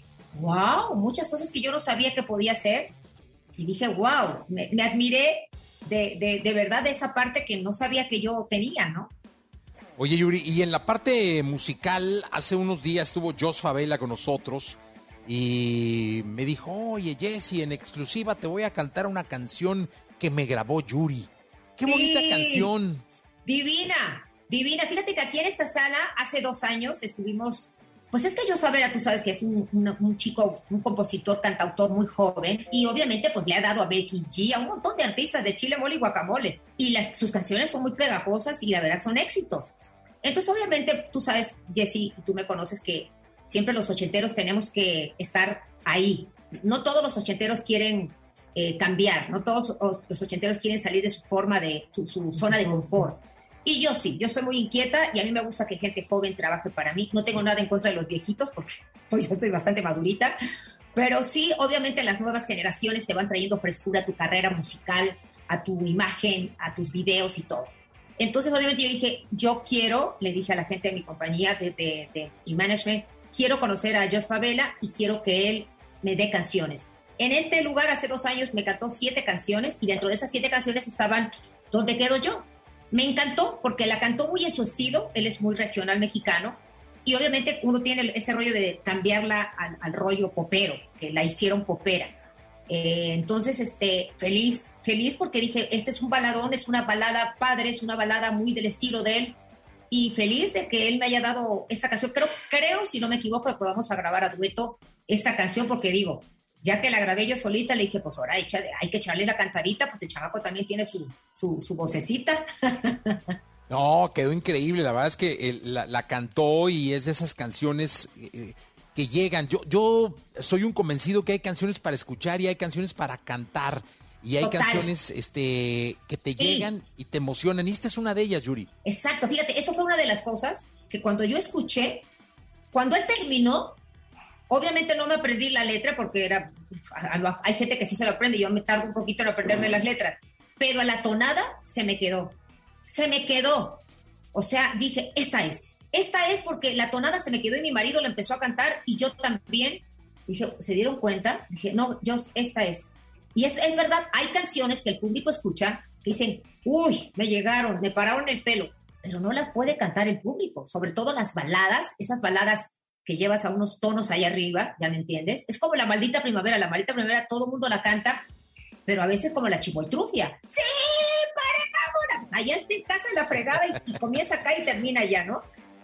wow, muchas cosas que yo no sabía que podía hacer, y dije, wow, me, me admiré de, de, de verdad de esa parte que no sabía que yo tenía, ¿no? Oye, Yuri, y en la parte musical, hace unos días estuvo Jos Favela con nosotros, y me dijo, oye, Jessy, en exclusiva te voy a cantar una canción que me grabó Yuri. ¡Qué Sí. bonita canción! Divina, divina. Fíjate que aquí en esta sala, hace dos años, estuvimos... Pues es que Jos Favela, tú sabes que es un, un, un chico, un compositor, cantautor muy joven, y obviamente pues le ha dado a Becky G, a un montón de artistas de chile, mole y guacamole, y las, sus canciones son muy pegajosas y la verdad son éxitos. Entonces obviamente tú sabes, Jessy, tú me conoces que siempre los ochenteros tenemos que estar ahí. No todos los ochenteros quieren eh, cambiar, no todos los ochenteros quieren salir de su forma, de su, su zona de confort. Y yo sí, yo soy muy inquieta y a mí me gusta que gente joven trabaje para mí. No tengo nada en contra de los viejitos porque pues yo estoy bastante madurita, pero sí, obviamente las nuevas generaciones te van trayendo frescura a tu carrera musical, a tu imagen, a tus videos y todo. Entonces, obviamente yo dije, yo quiero, le dije a la gente de mi compañía, de, de, de mi management, quiero conocer a Jos Favela y quiero que él me dé canciones. En este lugar hace dos años me cantó siete canciones y dentro de esas siete canciones estaban ¿Dónde quedo yo? Me encantó porque la cantó muy en su estilo, él es muy regional mexicano y obviamente uno tiene ese rollo de cambiarla al, al rollo popero, que la hicieron popera. Eh, entonces, este, feliz, feliz porque dije, este es un baladón, es una balada padre, es una balada muy del estilo de él y feliz de que él me haya dado esta canción. Creo, creo si no me equivoco, que podamos a grabar a dueto esta canción porque digo, ya que la grabé yo solita, le dije, pues ahora échale, hay que echarle la cantadita, pues el chamaco también tiene su, su, su vocecita. No, quedó increíble, la verdad es que eh, la, la cantó y es de esas canciones eh, que llegan. Yo, yo soy un convencido que hay canciones para escuchar y hay canciones para cantar. Y hay Total. canciones este, que te Sí. llegan y te emocionan. Y esta es una de ellas, Yuri. Exacto, fíjate, eso fue una de las cosas que cuando yo escuché, cuando él terminó, obviamente no me aprendí la letra porque era, hay gente que sí se lo aprende, yo me tardo un poquito en aprenderme las letras, pero a la tonada se me quedó, se me quedó. O sea, dije, esta es, esta es porque la tonada se me quedó y mi marido la empezó a cantar y yo también. Dije, ¿se dieron cuenta? Dije, no, yo, esta es. Y es, es verdad, hay canciones que el público escucha que dicen, uy, me llegaron, me pararon el pelo, pero no las puede cantar el público, sobre todo las baladas, esas baladas que llevas a unos tonos ahí arriba, ¿ya me entiendes? Es como la maldita primavera, la maldita primavera todo el mundo la canta, pero a veces como la chivoltrufia. ¡Sí, para vámonos! Allá está en casa en la fregada y, y comienza acá y termina allá, ¿no?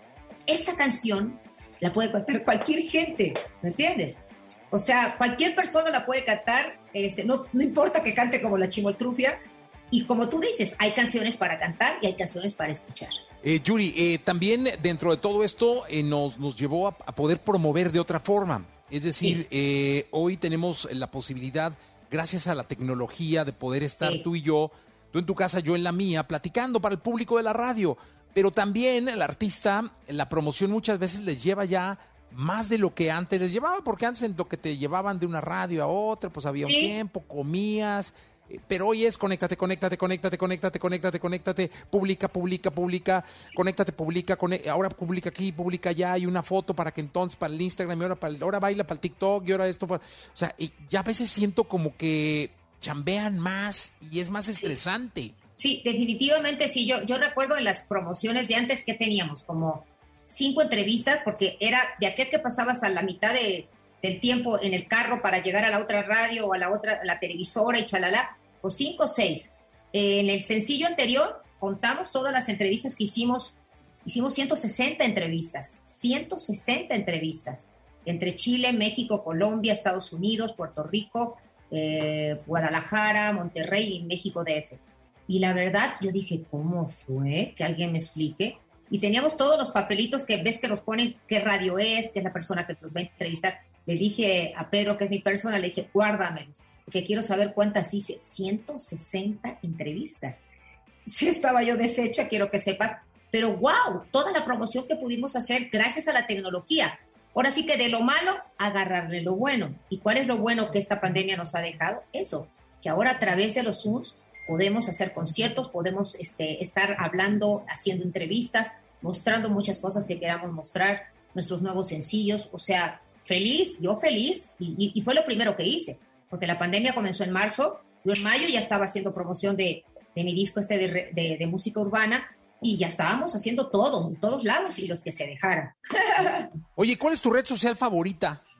Esta canción la puede cantar cualquier gente, ¿me entiendes? O sea, cualquier persona la puede cantar, este, no, no importa que cante como la chivoltrufia, y como tú dices, hay canciones para cantar y hay canciones para escuchar. Eh, Yuri, eh, también dentro de todo esto eh, nos, nos llevó a, a poder promover de otra forma. Es decir, Sí. eh, hoy tenemos la posibilidad, gracias a la tecnología, de poder estar Sí. tú y yo, tú en tu casa, yo en la mía, platicando para el público de la radio. Pero también el artista, la promoción muchas veces les lleva ya más de lo que antes les llevaba, porque antes en lo que te llevaban de una radio a otra, pues había un Sí. tiempo, comías... Pero hoy es conéctate, conéctate, conéctate, conéctate, conéctate, conéctate, publica, publica, publica, conéctate, publica, coné- ahora publica aquí, publica allá, hay una foto para que entonces para el Instagram, y ahora, para el, ahora baila para el TikTok, y ahora esto, para- o sea, y ya a veces siento como que chambean más y es más estresante. Sí, definitivamente sí. Yo, yo recuerdo en las promociones de antes que teníamos como cinco entrevistas, porque era de aquel que pasabas a la mitad de, del tiempo en el carro para llegar a la otra radio o a la otra, a la televisora y chalala, o cinco o seis. Eh, en el sencillo anterior contamos todas las entrevistas que hicimos. Hicimos ciento sesenta entrevistas, ciento sesenta entrevistas entre Chile, México, Colombia, Estados Unidos, Puerto Rico, eh, Guadalajara, Monterrey y México D F. Y la verdad, yo dije, ¿cómo fue? Que alguien me explique. Y teníamos todos los papelitos que ves que los ponen, qué radio es, qué es la persona que nos va a entrevistar. Le dije a Pedro, que es mi persona, le dije, guárdamelos, porque quiero saber cuántas hice. ciento sesenta entrevistas. Sí estaba yo deshecha, quiero que sepas. Pero wow, toda la promoción que pudimos hacer gracias a la tecnología. Ahora sí que de lo malo, agarrarle lo bueno. ¿Y cuál es lo bueno que esta pandemia nos ha dejado? Eso, que ahora a través de los Zooms podemos hacer conciertos, podemos este, estar hablando, haciendo entrevistas, mostrando muchas cosas que queramos mostrar, nuestros nuevos sencillos. O sea, feliz, yo feliz, y, y, y fue lo primero que hice, porque la pandemia comenzó en marzo, yo en mayo ya estaba haciendo promoción de, de mi disco este de, de, de música urbana, y ya estábamos haciendo todo, en todos lados, y los que se dejaran. Oye, ¿cuál es tu red social favorita?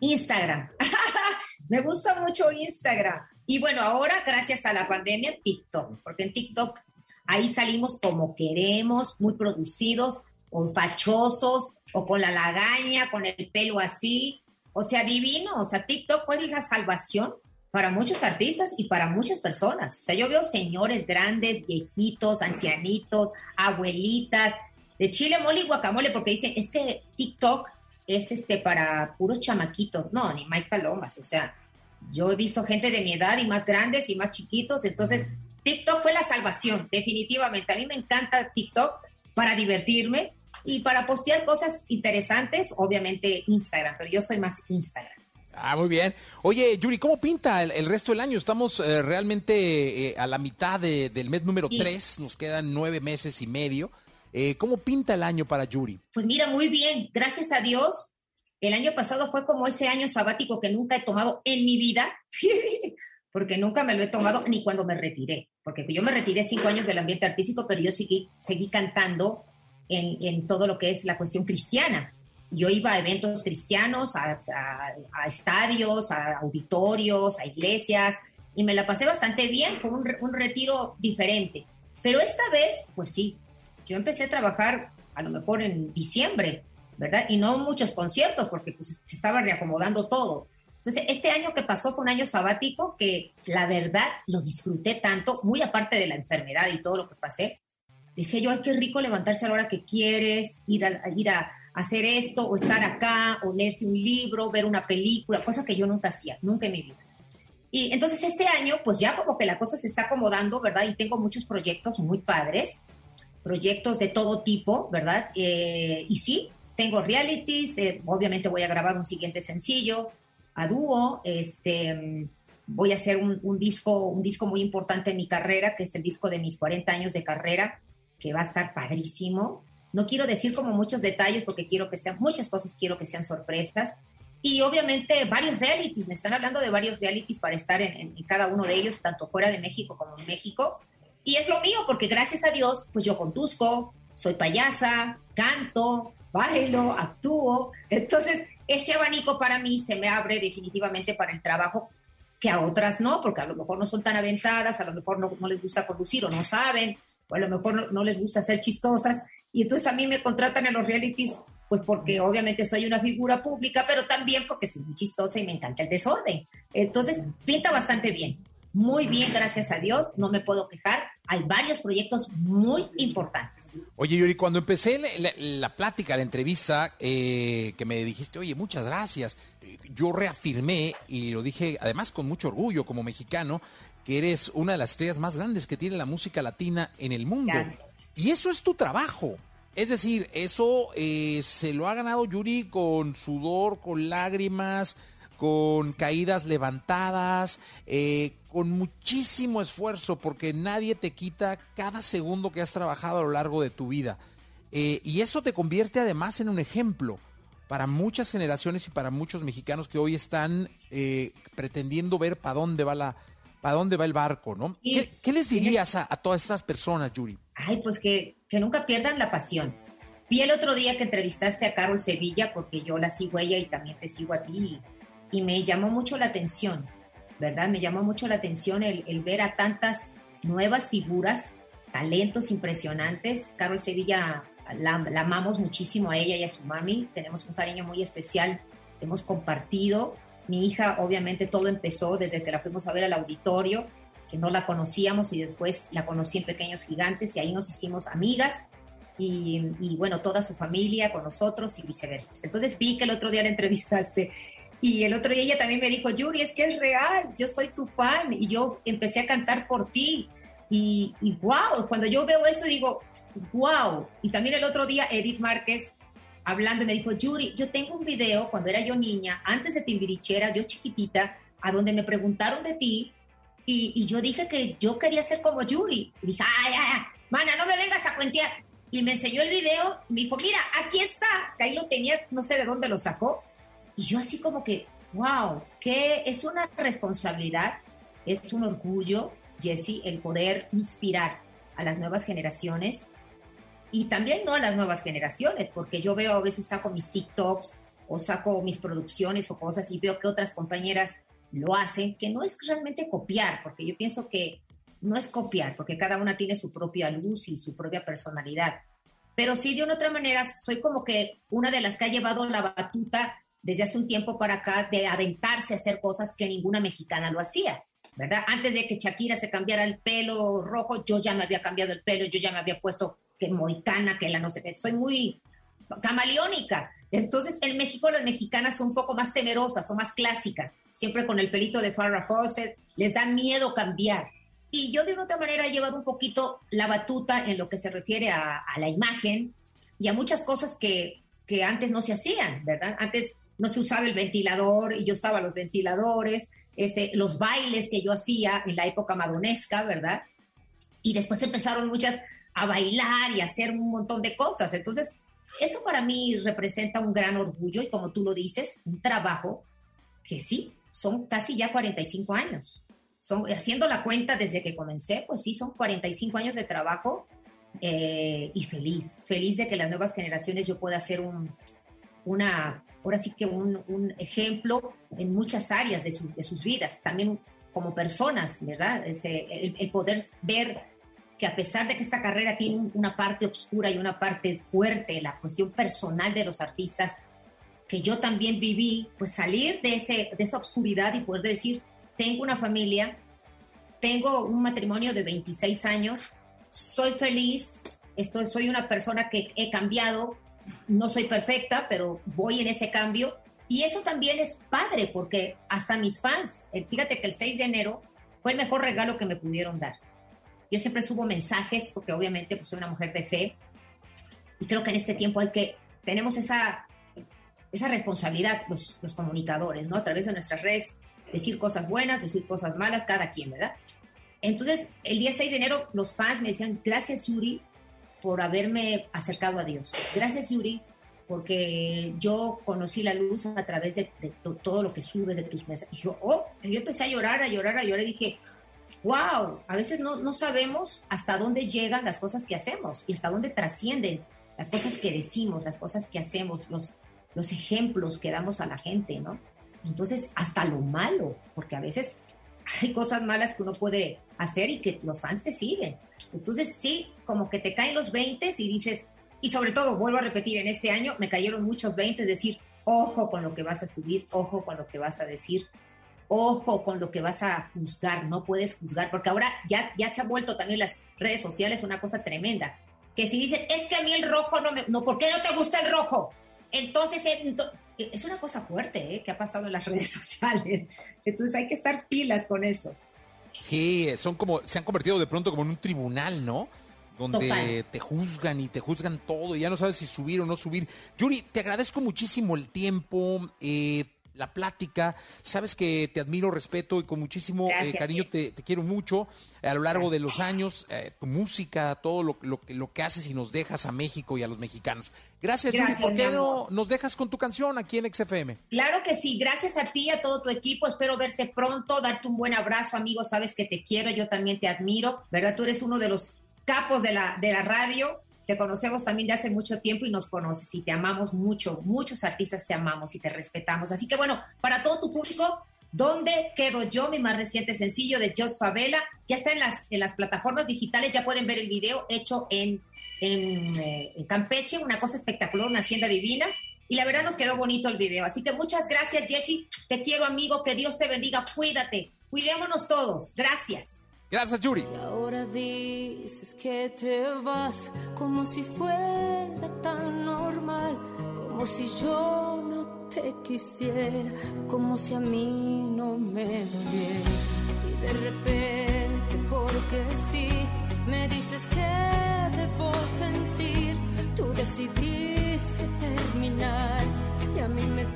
Instagram. Me gusta mucho Instagram. Y bueno, ahora gracias a la pandemia, TikTok, porque en TikTok ahí salimos como queremos, muy producidos, o fachosos, o con la lagaña, con el pelo así. O sea, divino. O sea, TikTok fue la salvación para muchos artistas y para muchas personas. O sea, yo veo señores grandes, viejitos, ancianitos, abuelitas, de chile, mole y guacamole, porque dicen, es que TikTok es este para puros chamaquitos. No, ni más palomas. O sea, yo he visto gente de mi edad y más grandes y más chiquitos. Entonces, TikTok fue la salvación, definitivamente. A mí me encanta TikTok para divertirme y para postear cosas interesantes, obviamente Instagram, pero yo soy más Instagram. Ah, muy bien. Oye, Yuri, ¿cómo pinta el, el resto del año? Estamos eh, realmente eh, a la mitad de, del mes número Sí. tres, nos quedan nueve meses y medio. Eh, ¿Cómo pinta el año para Yuri? Pues mira, muy bien, gracias a Dios. El año pasado fue como ese año sabático que nunca he tomado en mi vida, porque nunca me lo he tomado ni cuando me retiré, porque yo me retiré cinco años del ambiente artístico, pero yo seguí, seguí cantando en, en todo lo que es la cuestión cristiana. Yo iba a eventos cristianos, a, a, a estadios, a auditorios, a iglesias, y me la pasé bastante bien. Fue un, un retiro diferente. Pero esta vez, pues sí, yo empecé a trabajar a lo mejor en diciembre, ¿verdad? Y no muchos conciertos, porque pues se estaba reacomodando todo. Entonces, este año que pasó fue un año sabático que, la verdad, lo disfruté tanto, muy aparte de la enfermedad y todo lo que pasé. Decía yo, ay, qué rico levantarse a la hora que quieres, ir a, ir a hacer esto, o estar acá, o leerte un libro, ver una película, cosa que yo nunca hacía, nunca en mi vida. Y entonces este año, pues ya como que la cosa se está acomodando, ¿verdad? Y tengo muchos proyectos muy padres, proyectos de todo tipo, ¿verdad? Eh, y sí, tengo realities, eh, obviamente voy a grabar un siguiente sencillo a dúo, este, voy a hacer un, un, disco, un disco muy importante en mi carrera, que es el disco de mis cuarenta años de carrera, que va a estar padrísimo. No quiero decir como muchos detalles porque quiero que sean, muchas cosas quiero que sean sorpresas. Y obviamente varios realities, me están hablando de varios realities para estar en, en, en cada uno de ellos, tanto fuera de México como en México. Y es lo mío porque gracias a Dios, pues yo conduzco, soy payasa, canto, bailo, actúo. Entonces, ese abanico para mí se me abre definitivamente para el trabajo que a otras no, porque a lo mejor no son tan aventadas, a lo mejor no, no les gusta conducir o no saben, o a lo mejor no, no les gusta ser chistosas. Y entonces a mí me contratan en los realities, pues porque obviamente soy una figura pública, pero también porque soy muy chistosa y me encanta el desorden. Entonces, pinta bastante bien. Muy bien, gracias a Dios, no me puedo quejar. Hay varios proyectos muy importantes. Oye, Yuri, cuando empecé la, la, la plática, la entrevista, eh, que me dijiste, oye, muchas gracias, yo reafirmé, y lo dije además con mucho orgullo como mexicano, que eres una de las estrellas más grandes que tiene la música latina en el mundo. Gracias. Y eso es tu trabajo. Es decir, eso eh, se lo ha ganado Yuri con sudor, con lágrimas, con caídas levantadas, eh, con muchísimo esfuerzo, porque nadie te quita cada segundo que has trabajado a lo largo de tu vida. Eh, y eso te convierte además en un ejemplo para muchas generaciones y para muchos mexicanos que hoy están eh, pretendiendo ver para dónde va la, para dónde va el barco, ¿no? Sí. ¿Qué, qué les dirías a, a todas estas personas, Yuri? Ay, pues que, que nunca pierdan la pasión. Vi el otro día que entrevistaste a Carol Sevilla, porque yo la sigo a ella y también te sigo a ti, y, y me llamó mucho la atención, ¿verdad? Me llamó mucho la atención el, el ver a tantas nuevas figuras, talentos impresionantes. Carol Sevilla, la, la amamos muchísimo a ella y a su mami, tenemos un cariño muy especial, hemos compartido. Mi hija, obviamente, todo empezó desde que la fuimos a ver al auditorio, que no la conocíamos, y después la conocí en Pequeños Gigantes, y ahí nos hicimos amigas, y, y bueno, toda su familia con nosotros y viceversa. Entonces vi que el otro día la entrevistaste, y el otro día ella también me dijo, Yuri, es que es real, yo soy tu fan, y yo empecé a cantar por ti, y, y wow, cuando yo veo eso digo, wow. Y también el otro día Edith Márquez hablando me dijo, Yuri, yo tengo un video cuando era yo niña, antes de Timbirichera, yo chiquitita, a donde me preguntaron de ti, y, y yo dije que yo quería ser como Yuri. Y dije, ay, ay, ay, mana, no me vengas a cuentear. Y me enseñó el video y me dijo, mira, aquí está. Que ahí lo tenía, no sé de dónde lo sacó. Y yo así como que, wow, que es una responsabilidad, es un orgullo, Jessie, el poder inspirar a las nuevas generaciones. Y también no a las nuevas generaciones, porque yo veo, a veces saco mis TikToks o saco mis producciones o cosas y veo que otras compañeras lo hacen, que no es realmente copiar, porque yo pienso que no es copiar, porque cada una tiene su propia luz y su propia personalidad. Pero sí, de una otra manera, soy como que una de las que ha llevado la batuta desde hace un tiempo para acá de aventarse a hacer cosas que ninguna mexicana lo hacía, ¿verdad? Antes de que Shakira se cambiara el pelo rojo, yo ya me había cambiado el pelo, yo ya me había puesto que mohicana, que la no sé qué. Soy muy camaleónica. Entonces, en México las mexicanas son un poco más temerosas, son más clásicas, siempre con el pelito de Farrah Fawcett, les da miedo cambiar. Y yo de una otra manera he llevado un poquito la batuta en lo que se refiere a, a la imagen y a muchas cosas que, que antes no se hacían, ¿verdad? Antes no se usaba el ventilador y yo usaba los ventiladores, este, los bailes que yo hacía en la época madonesca, ¿verdad? Y después empezaron muchas a bailar y a hacer un montón de cosas. Entonces, eso para mí representa un gran orgullo y como tú lo dices, un trabajo que sí, son casi ya cuarenta y cinco años. Son, haciendo la cuenta desde que comencé, pues sí, son cuarenta y cinco años de trabajo eh, y feliz, feliz de que las nuevas generaciones yo pueda hacer un, una, ahora sí que un, un ejemplo en muchas áreas de, su, de sus vidas, también como personas, ¿verdad? Ese, el, el poder ver que a pesar de que esta carrera tiene una parte oscura y una parte fuerte, la cuestión personal de los artistas, que yo también viví, pues salir de, ese, de esa oscuridad y poder decir, tengo una familia, tengo un matrimonio de veintiséis años, soy feliz, estoy, soy una persona que he cambiado, no soy perfecta, pero voy en ese cambio. Y eso también es padre, porque hasta mis fans, fíjate que el seis de enero fue el mejor regalo que me pudieron dar. Yo siempre subo mensajes, porque obviamente pues, soy una mujer de fe, y creo que en este tiempo hay que, tenemos esa, esa responsabilidad, los, los comunicadores, ¿no? A través de nuestras redes, decir cosas buenas, decir cosas malas, cada quien, ¿verdad? Entonces, el día seis de enero, los fans me decían, gracias, Yuri, por haberme acercado a Dios. Gracias, Yuri, porque yo conocí la luz a través de, de to, todo lo que subes, de tus mensajes. Y yo, oh, yo empecé a llorar, a llorar, a llorar, y dije, wow, a veces no, no sabemos hasta dónde llegan las cosas que hacemos y hasta dónde trascienden las cosas que decimos, las cosas que hacemos, los, los ejemplos que damos a la gente, ¿no? Entonces, hasta lo malo, porque a veces hay cosas malas que uno puede hacer y que los fans te siguen. Entonces, sí, como que te caen los veintes y dices, y sobre todo, vuelvo a repetir, en este año me cayeron muchos veintes, decir, ojo con lo que vas a subir, ojo con lo que vas a decir, ojo con lo que vas a juzgar, no puedes juzgar, porque ahora ya, ya se ha vuelto también las redes sociales una cosa tremenda, que si dicen, es que a mí el rojo no me... No, ¿por qué no te gusta el rojo? Entonces... Ent- es una cosa fuerte, ¿eh? Que ha pasado en las redes sociales. Entonces hay que estar pilas con eso. Sí, son como, se han convertido de pronto como en un tribunal, ¿no? Donde Total. te juzgan y te juzgan todo y ya no sabes si subir o no subir. Yuri, te agradezco muchísimo el tiempo, eh, la plática. Sabes que te admiro, respeto y con muchísimo eh, cariño te, te quiero mucho. A lo largo de los años, eh, tu música, todo lo, lo, lo que haces y nos dejas a México y a los mexicanos. Gracias, Gracias, Yuri. ¿Por qué mi amor. no nos dejas con tu canción aquí en X F M? Claro que sí, gracias a ti y a todo tu equipo, espero verte pronto, darte un buen abrazo, amigo, sabes que te quiero, yo también te admiro, ¿verdad? Tú eres uno de los capos de la, de la radio, te conocemos también de hace mucho tiempo y nos conoces y te amamos mucho, muchos artistas te amamos y te respetamos, así que bueno, para todo tu público, ¿dónde quedo yo? Mi más reciente sencillo de Jos Favela, ya está en las, en las plataformas digitales, ya pueden ver el video hecho en En, eh, en Campeche, una cosa espectacular, una hacienda divina, y la verdad nos quedó bonito el video, así que muchas gracias, Jessy, te quiero, amigo, que Dios te bendiga, cuídate, cuidémonos todos, gracias. Gracias, Yuri. Y ahora dices que te vas como si fuera tan normal, como si yo no te quisiera, como si a mí no me doliera, y de repente, porque sí, me dices que debo sentir, tú decidiste terminar y a mí me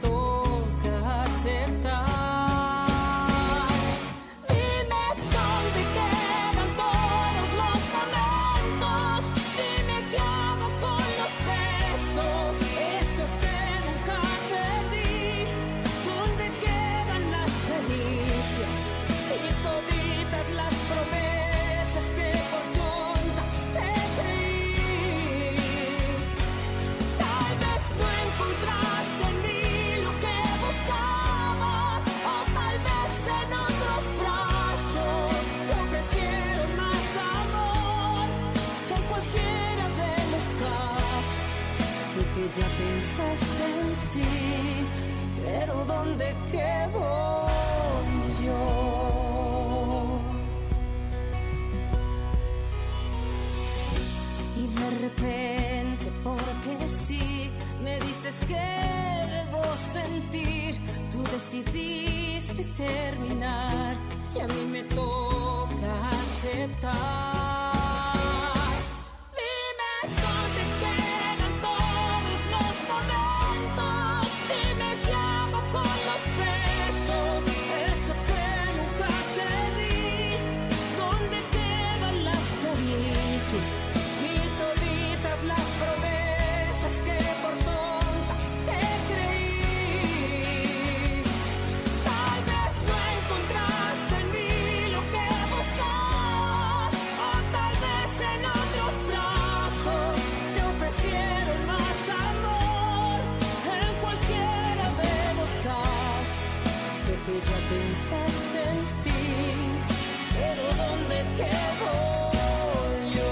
toca aceptar. Dime dónde quedan todos los momentos, dime qué hago con los besos, esos que nunca perdí, dónde quedan las caricias y toditas las promesas que por tonta te creí. Tal vez no encontraste en mí ya pensaste en ti, pero ¿dónde quedo yo? Y de repente, porque sí, me dices que debo sentir, tú decidiste terminar y a mí me toca aceptar. Ya pensaste en ti, pero ¿dónde quedo yo?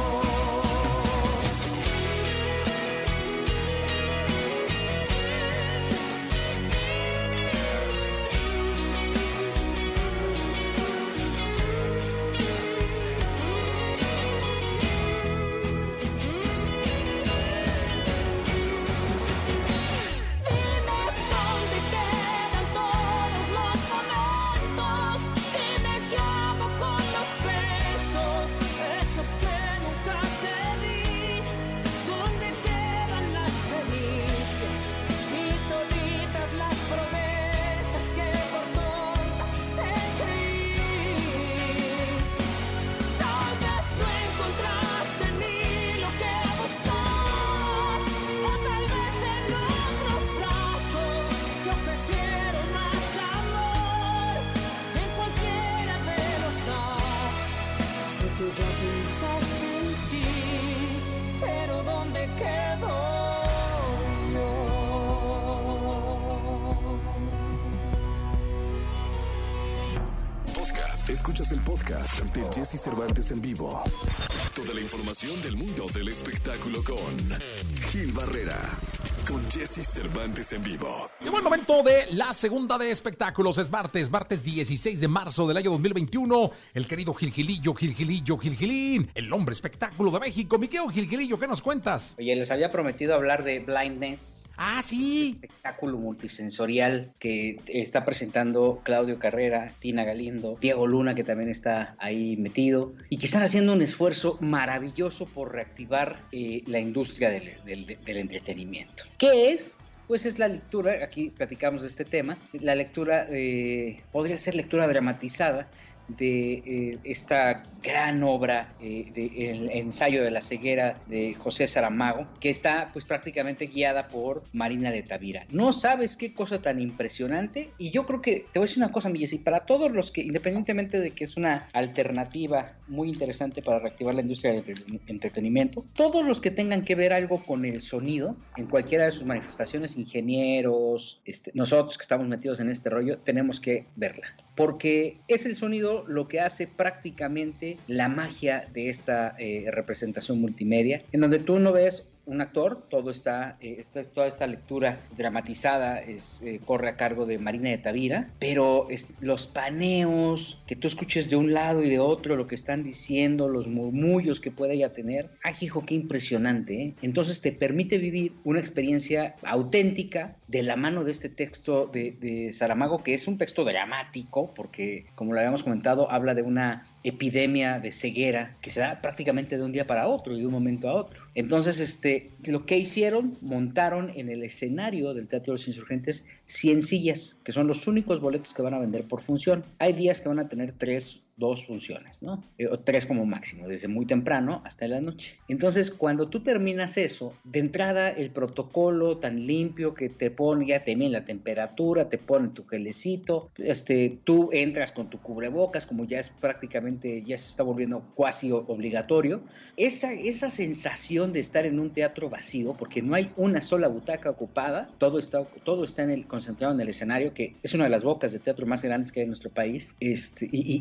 Escuchas el podcast de Jesse Cervantes en vivo. Toda la información del mundo del espectáculo con Gil Barrera. Con Jesse Cervantes en vivo. Llegó el momento de la segunda de espectáculos. Es martes, martes dieciséis de marzo del año dos mil veintiuno. El querido Gilgilillo, Gilgilillo, Gilgilín, el hombre espectáculo de México. Mi querido Gilgilillo, ¿qué nos cuentas? Oye, les había prometido hablar de Blindness. Ah, sí. Espectáculo multisensorial que está presentando Claudio Carrera, Tina Galindo, Diego Luna, que también está ahí metido, y que están haciendo un esfuerzo maravilloso por reactivar eh, la industria del, del, del entretenimiento. ¿Qué es? Pues es la lectura, aquí platicamos de este tema, la lectura, eh, podría ser lectura dramatizada de eh, esta gran obra, eh, de el ensayo de la ceguera de José Saramago, que está pues prácticamente guiada por Marina de Tavira. No sabes qué cosa tan impresionante, y yo creo que, te voy a decir una cosa, mi Jessy, para todos los que, independientemente de que es una alternativa muy interesante para reactivar la industria del entretenimiento, todos los que tengan que ver algo con el sonido, en cualquiera de sus manifestaciones, ingenieros, este, nosotros que estamos metidos en este rollo, tenemos que verla, porque es el sonido lo que hace prácticamente la magia de esta eh, representación multimedia, en donde tú no ves un actor, todo está, eh, esta, toda esta lectura dramatizada es, eh, corre a cargo de Marina de Tavira, pero es, los paneos, que tú escuches de un lado y de otro lo que están diciendo, los murmullos que puede ella tener, ¡ay, hijo, qué impresionante! ¿eh? Entonces te permite vivir una experiencia auténtica de la mano de este texto de, de Saramago, que es un texto dramático, porque, como lo habíamos comentado, habla de una epidemia de ceguera que se da prácticamente de un día para otro y de un momento a otro. Entonces, este, lo que hicieron, montaron en el escenario del Teatro de los Insurgentes cien sillas, que son los únicos boletos que van a vender por función. Hay días que van a tener tres, dos funciones, ¿no? Eh, o tres como máximo, desde muy temprano hasta la noche. Entonces, cuando tú terminas eso, de entrada el protocolo tan limpio que te pone, ya te mide la temperatura, te pone tu gelecito, este, tú entras con tu cubrebocas, como ya es prácticamente, ya se está volviendo cuasi obligatorio. Esa, esa sensación de estar en un teatro vacío, porque no hay una sola butaca ocupada, todo está, todo está en el, concentrado en el escenario, que es una de las bocas de teatro más grandes que hay en nuestro país, este, y, y, y obviamente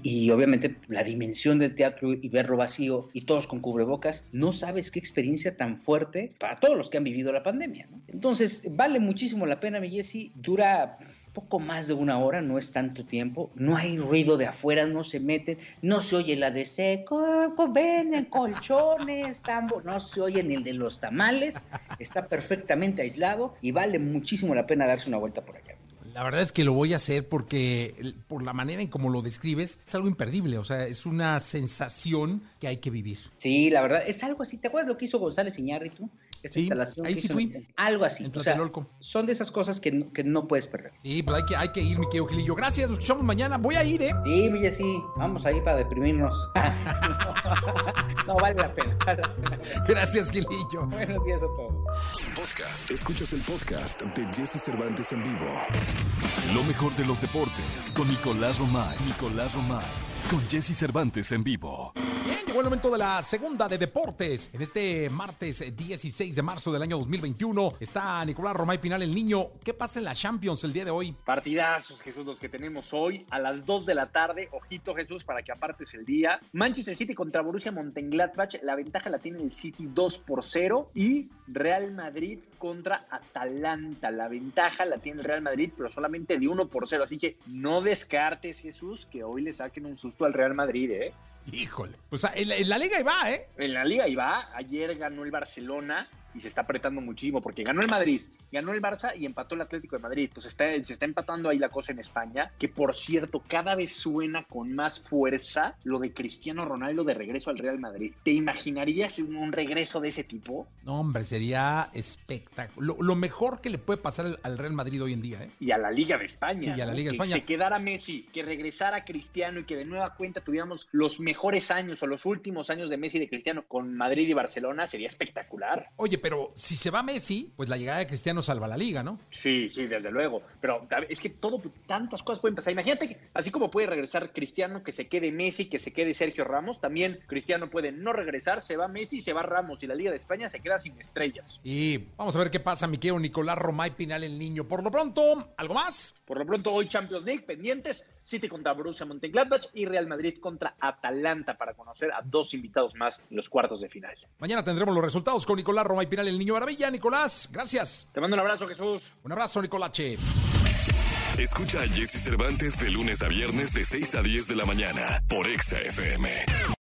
obviamente la dimensión del teatro y verlo vacío y todos con cubrebocas, no sabes qué experiencia tan fuerte para todos los que han vivido la pandemia, ¿no? Entonces, vale muchísimo la pena, mi Jessy, dura poco más de una hora, no es tanto tiempo, no hay ruido de afuera, no se meten, no se oye la de seco, venden colchones, tambo, no se oye ni el de los tamales, está perfectamente aislado y vale muchísimo la pena darse una vuelta por allá. La verdad es que lo voy a hacer porque por la manera en como lo describes es algo imperdible, o sea, es una sensación que hay que vivir. Sí, la verdad, es algo así. ¿Te acuerdas lo que hizo González Iñárritu? Esa sí, instalación ahí sí hizo, fui. Algo así. En o sea, Tlatelolco. Son de esas cosas que no, que no puedes perder. Sí, pues hay que, hay que ir, mi querido Gilillo. Gracias, nos escuchamos mañana. Voy a ir, ¿eh? Sí, Villa, sí. Vamos ahí para deprimirnos. no, vale la pena. Vale la pena. Gracias, Gilillo. Buenos días a todos. Podcast. Escuchas el podcast de Jesse Cervantes en vivo. Lo mejor de los deportes con Nicolás Romay. Nicolás Romay. Con Jesse Cervantes en vivo. Bien, llegó el momento de la segunda de deportes. En este martes dieciséis de marzo del año dos mil veintiuno está Nicolás Romay Pinal, el niño. ¿Qué pasa en la Champions el día de hoy? Partidazos, Jesús, los que tenemos hoy a las dos de la tarde. Ojito, Jesús, para que apartes el día. Manchester City contra Borussia Mönchengladbach. La ventaja la tiene el City dos por cero. Y Real Madrid contra Atalanta. La ventaja la tiene el Real Madrid, pero solamente de uno por cero. Así que no descartes, Jesús, que hoy le saquen un susto al Real Madrid, ¿eh? Híjole. O sea, en la, en la Liga ahí va, ¿eh? En la Liga ahí va. Ayer ganó el Barcelona y se está apretando muchísimo porque ganó el Madrid, ganó el Barça y empató el Atlético de Madrid. Pues está, se está empatando ahí la cosa en España, que por cierto, cada vez suena con más fuerza lo de Cristiano Ronaldo de regreso al Real Madrid. ¿Te imaginarías un, un regreso de ese tipo? No, hombre, sería espectacular. Lo, lo mejor que le puede pasar al, al Real Madrid hoy en día, ¿eh? Y a la Liga de España. Sí, y a la Liga de que España. se quedara Messi, que regresara Cristiano y que de nueva cuenta tuviéramos los mejores años o los últimos años de Messi y de Cristiano con Madrid y Barcelona, sería espectacular. Oye, pero si se va Messi, pues la llegada de Cristiano salva la liga, ¿no? Sí, sí, desde luego. Pero es que todo, tantas cosas pueden pasar. Imagínate que así como puede regresar Cristiano, que se quede Messi, que se quede Sergio Ramos, también Cristiano puede no regresar, se va Messi, se va Ramos y la Liga de España se queda sin estrellas. Y vamos a ver qué pasa, mi querido Nicolás Romay Pinal, el niño. Por lo pronto, ¿algo más? Por lo pronto, hoy Champions League, pendientes, City contra Borussia Mönchengladbach y Real Madrid contra Atalanta para conocer a dos invitados más en los cuartos de final. Mañana tendremos los resultados con Nicolás Romay Pinal, el niño maravilla. Nicolás, gracias. Te mando un abrazo, Jesús. Un abrazo, Nicolache. Escucha a Jesse Cervantes de lunes a viernes de seis a diez de la mañana por Exa F M.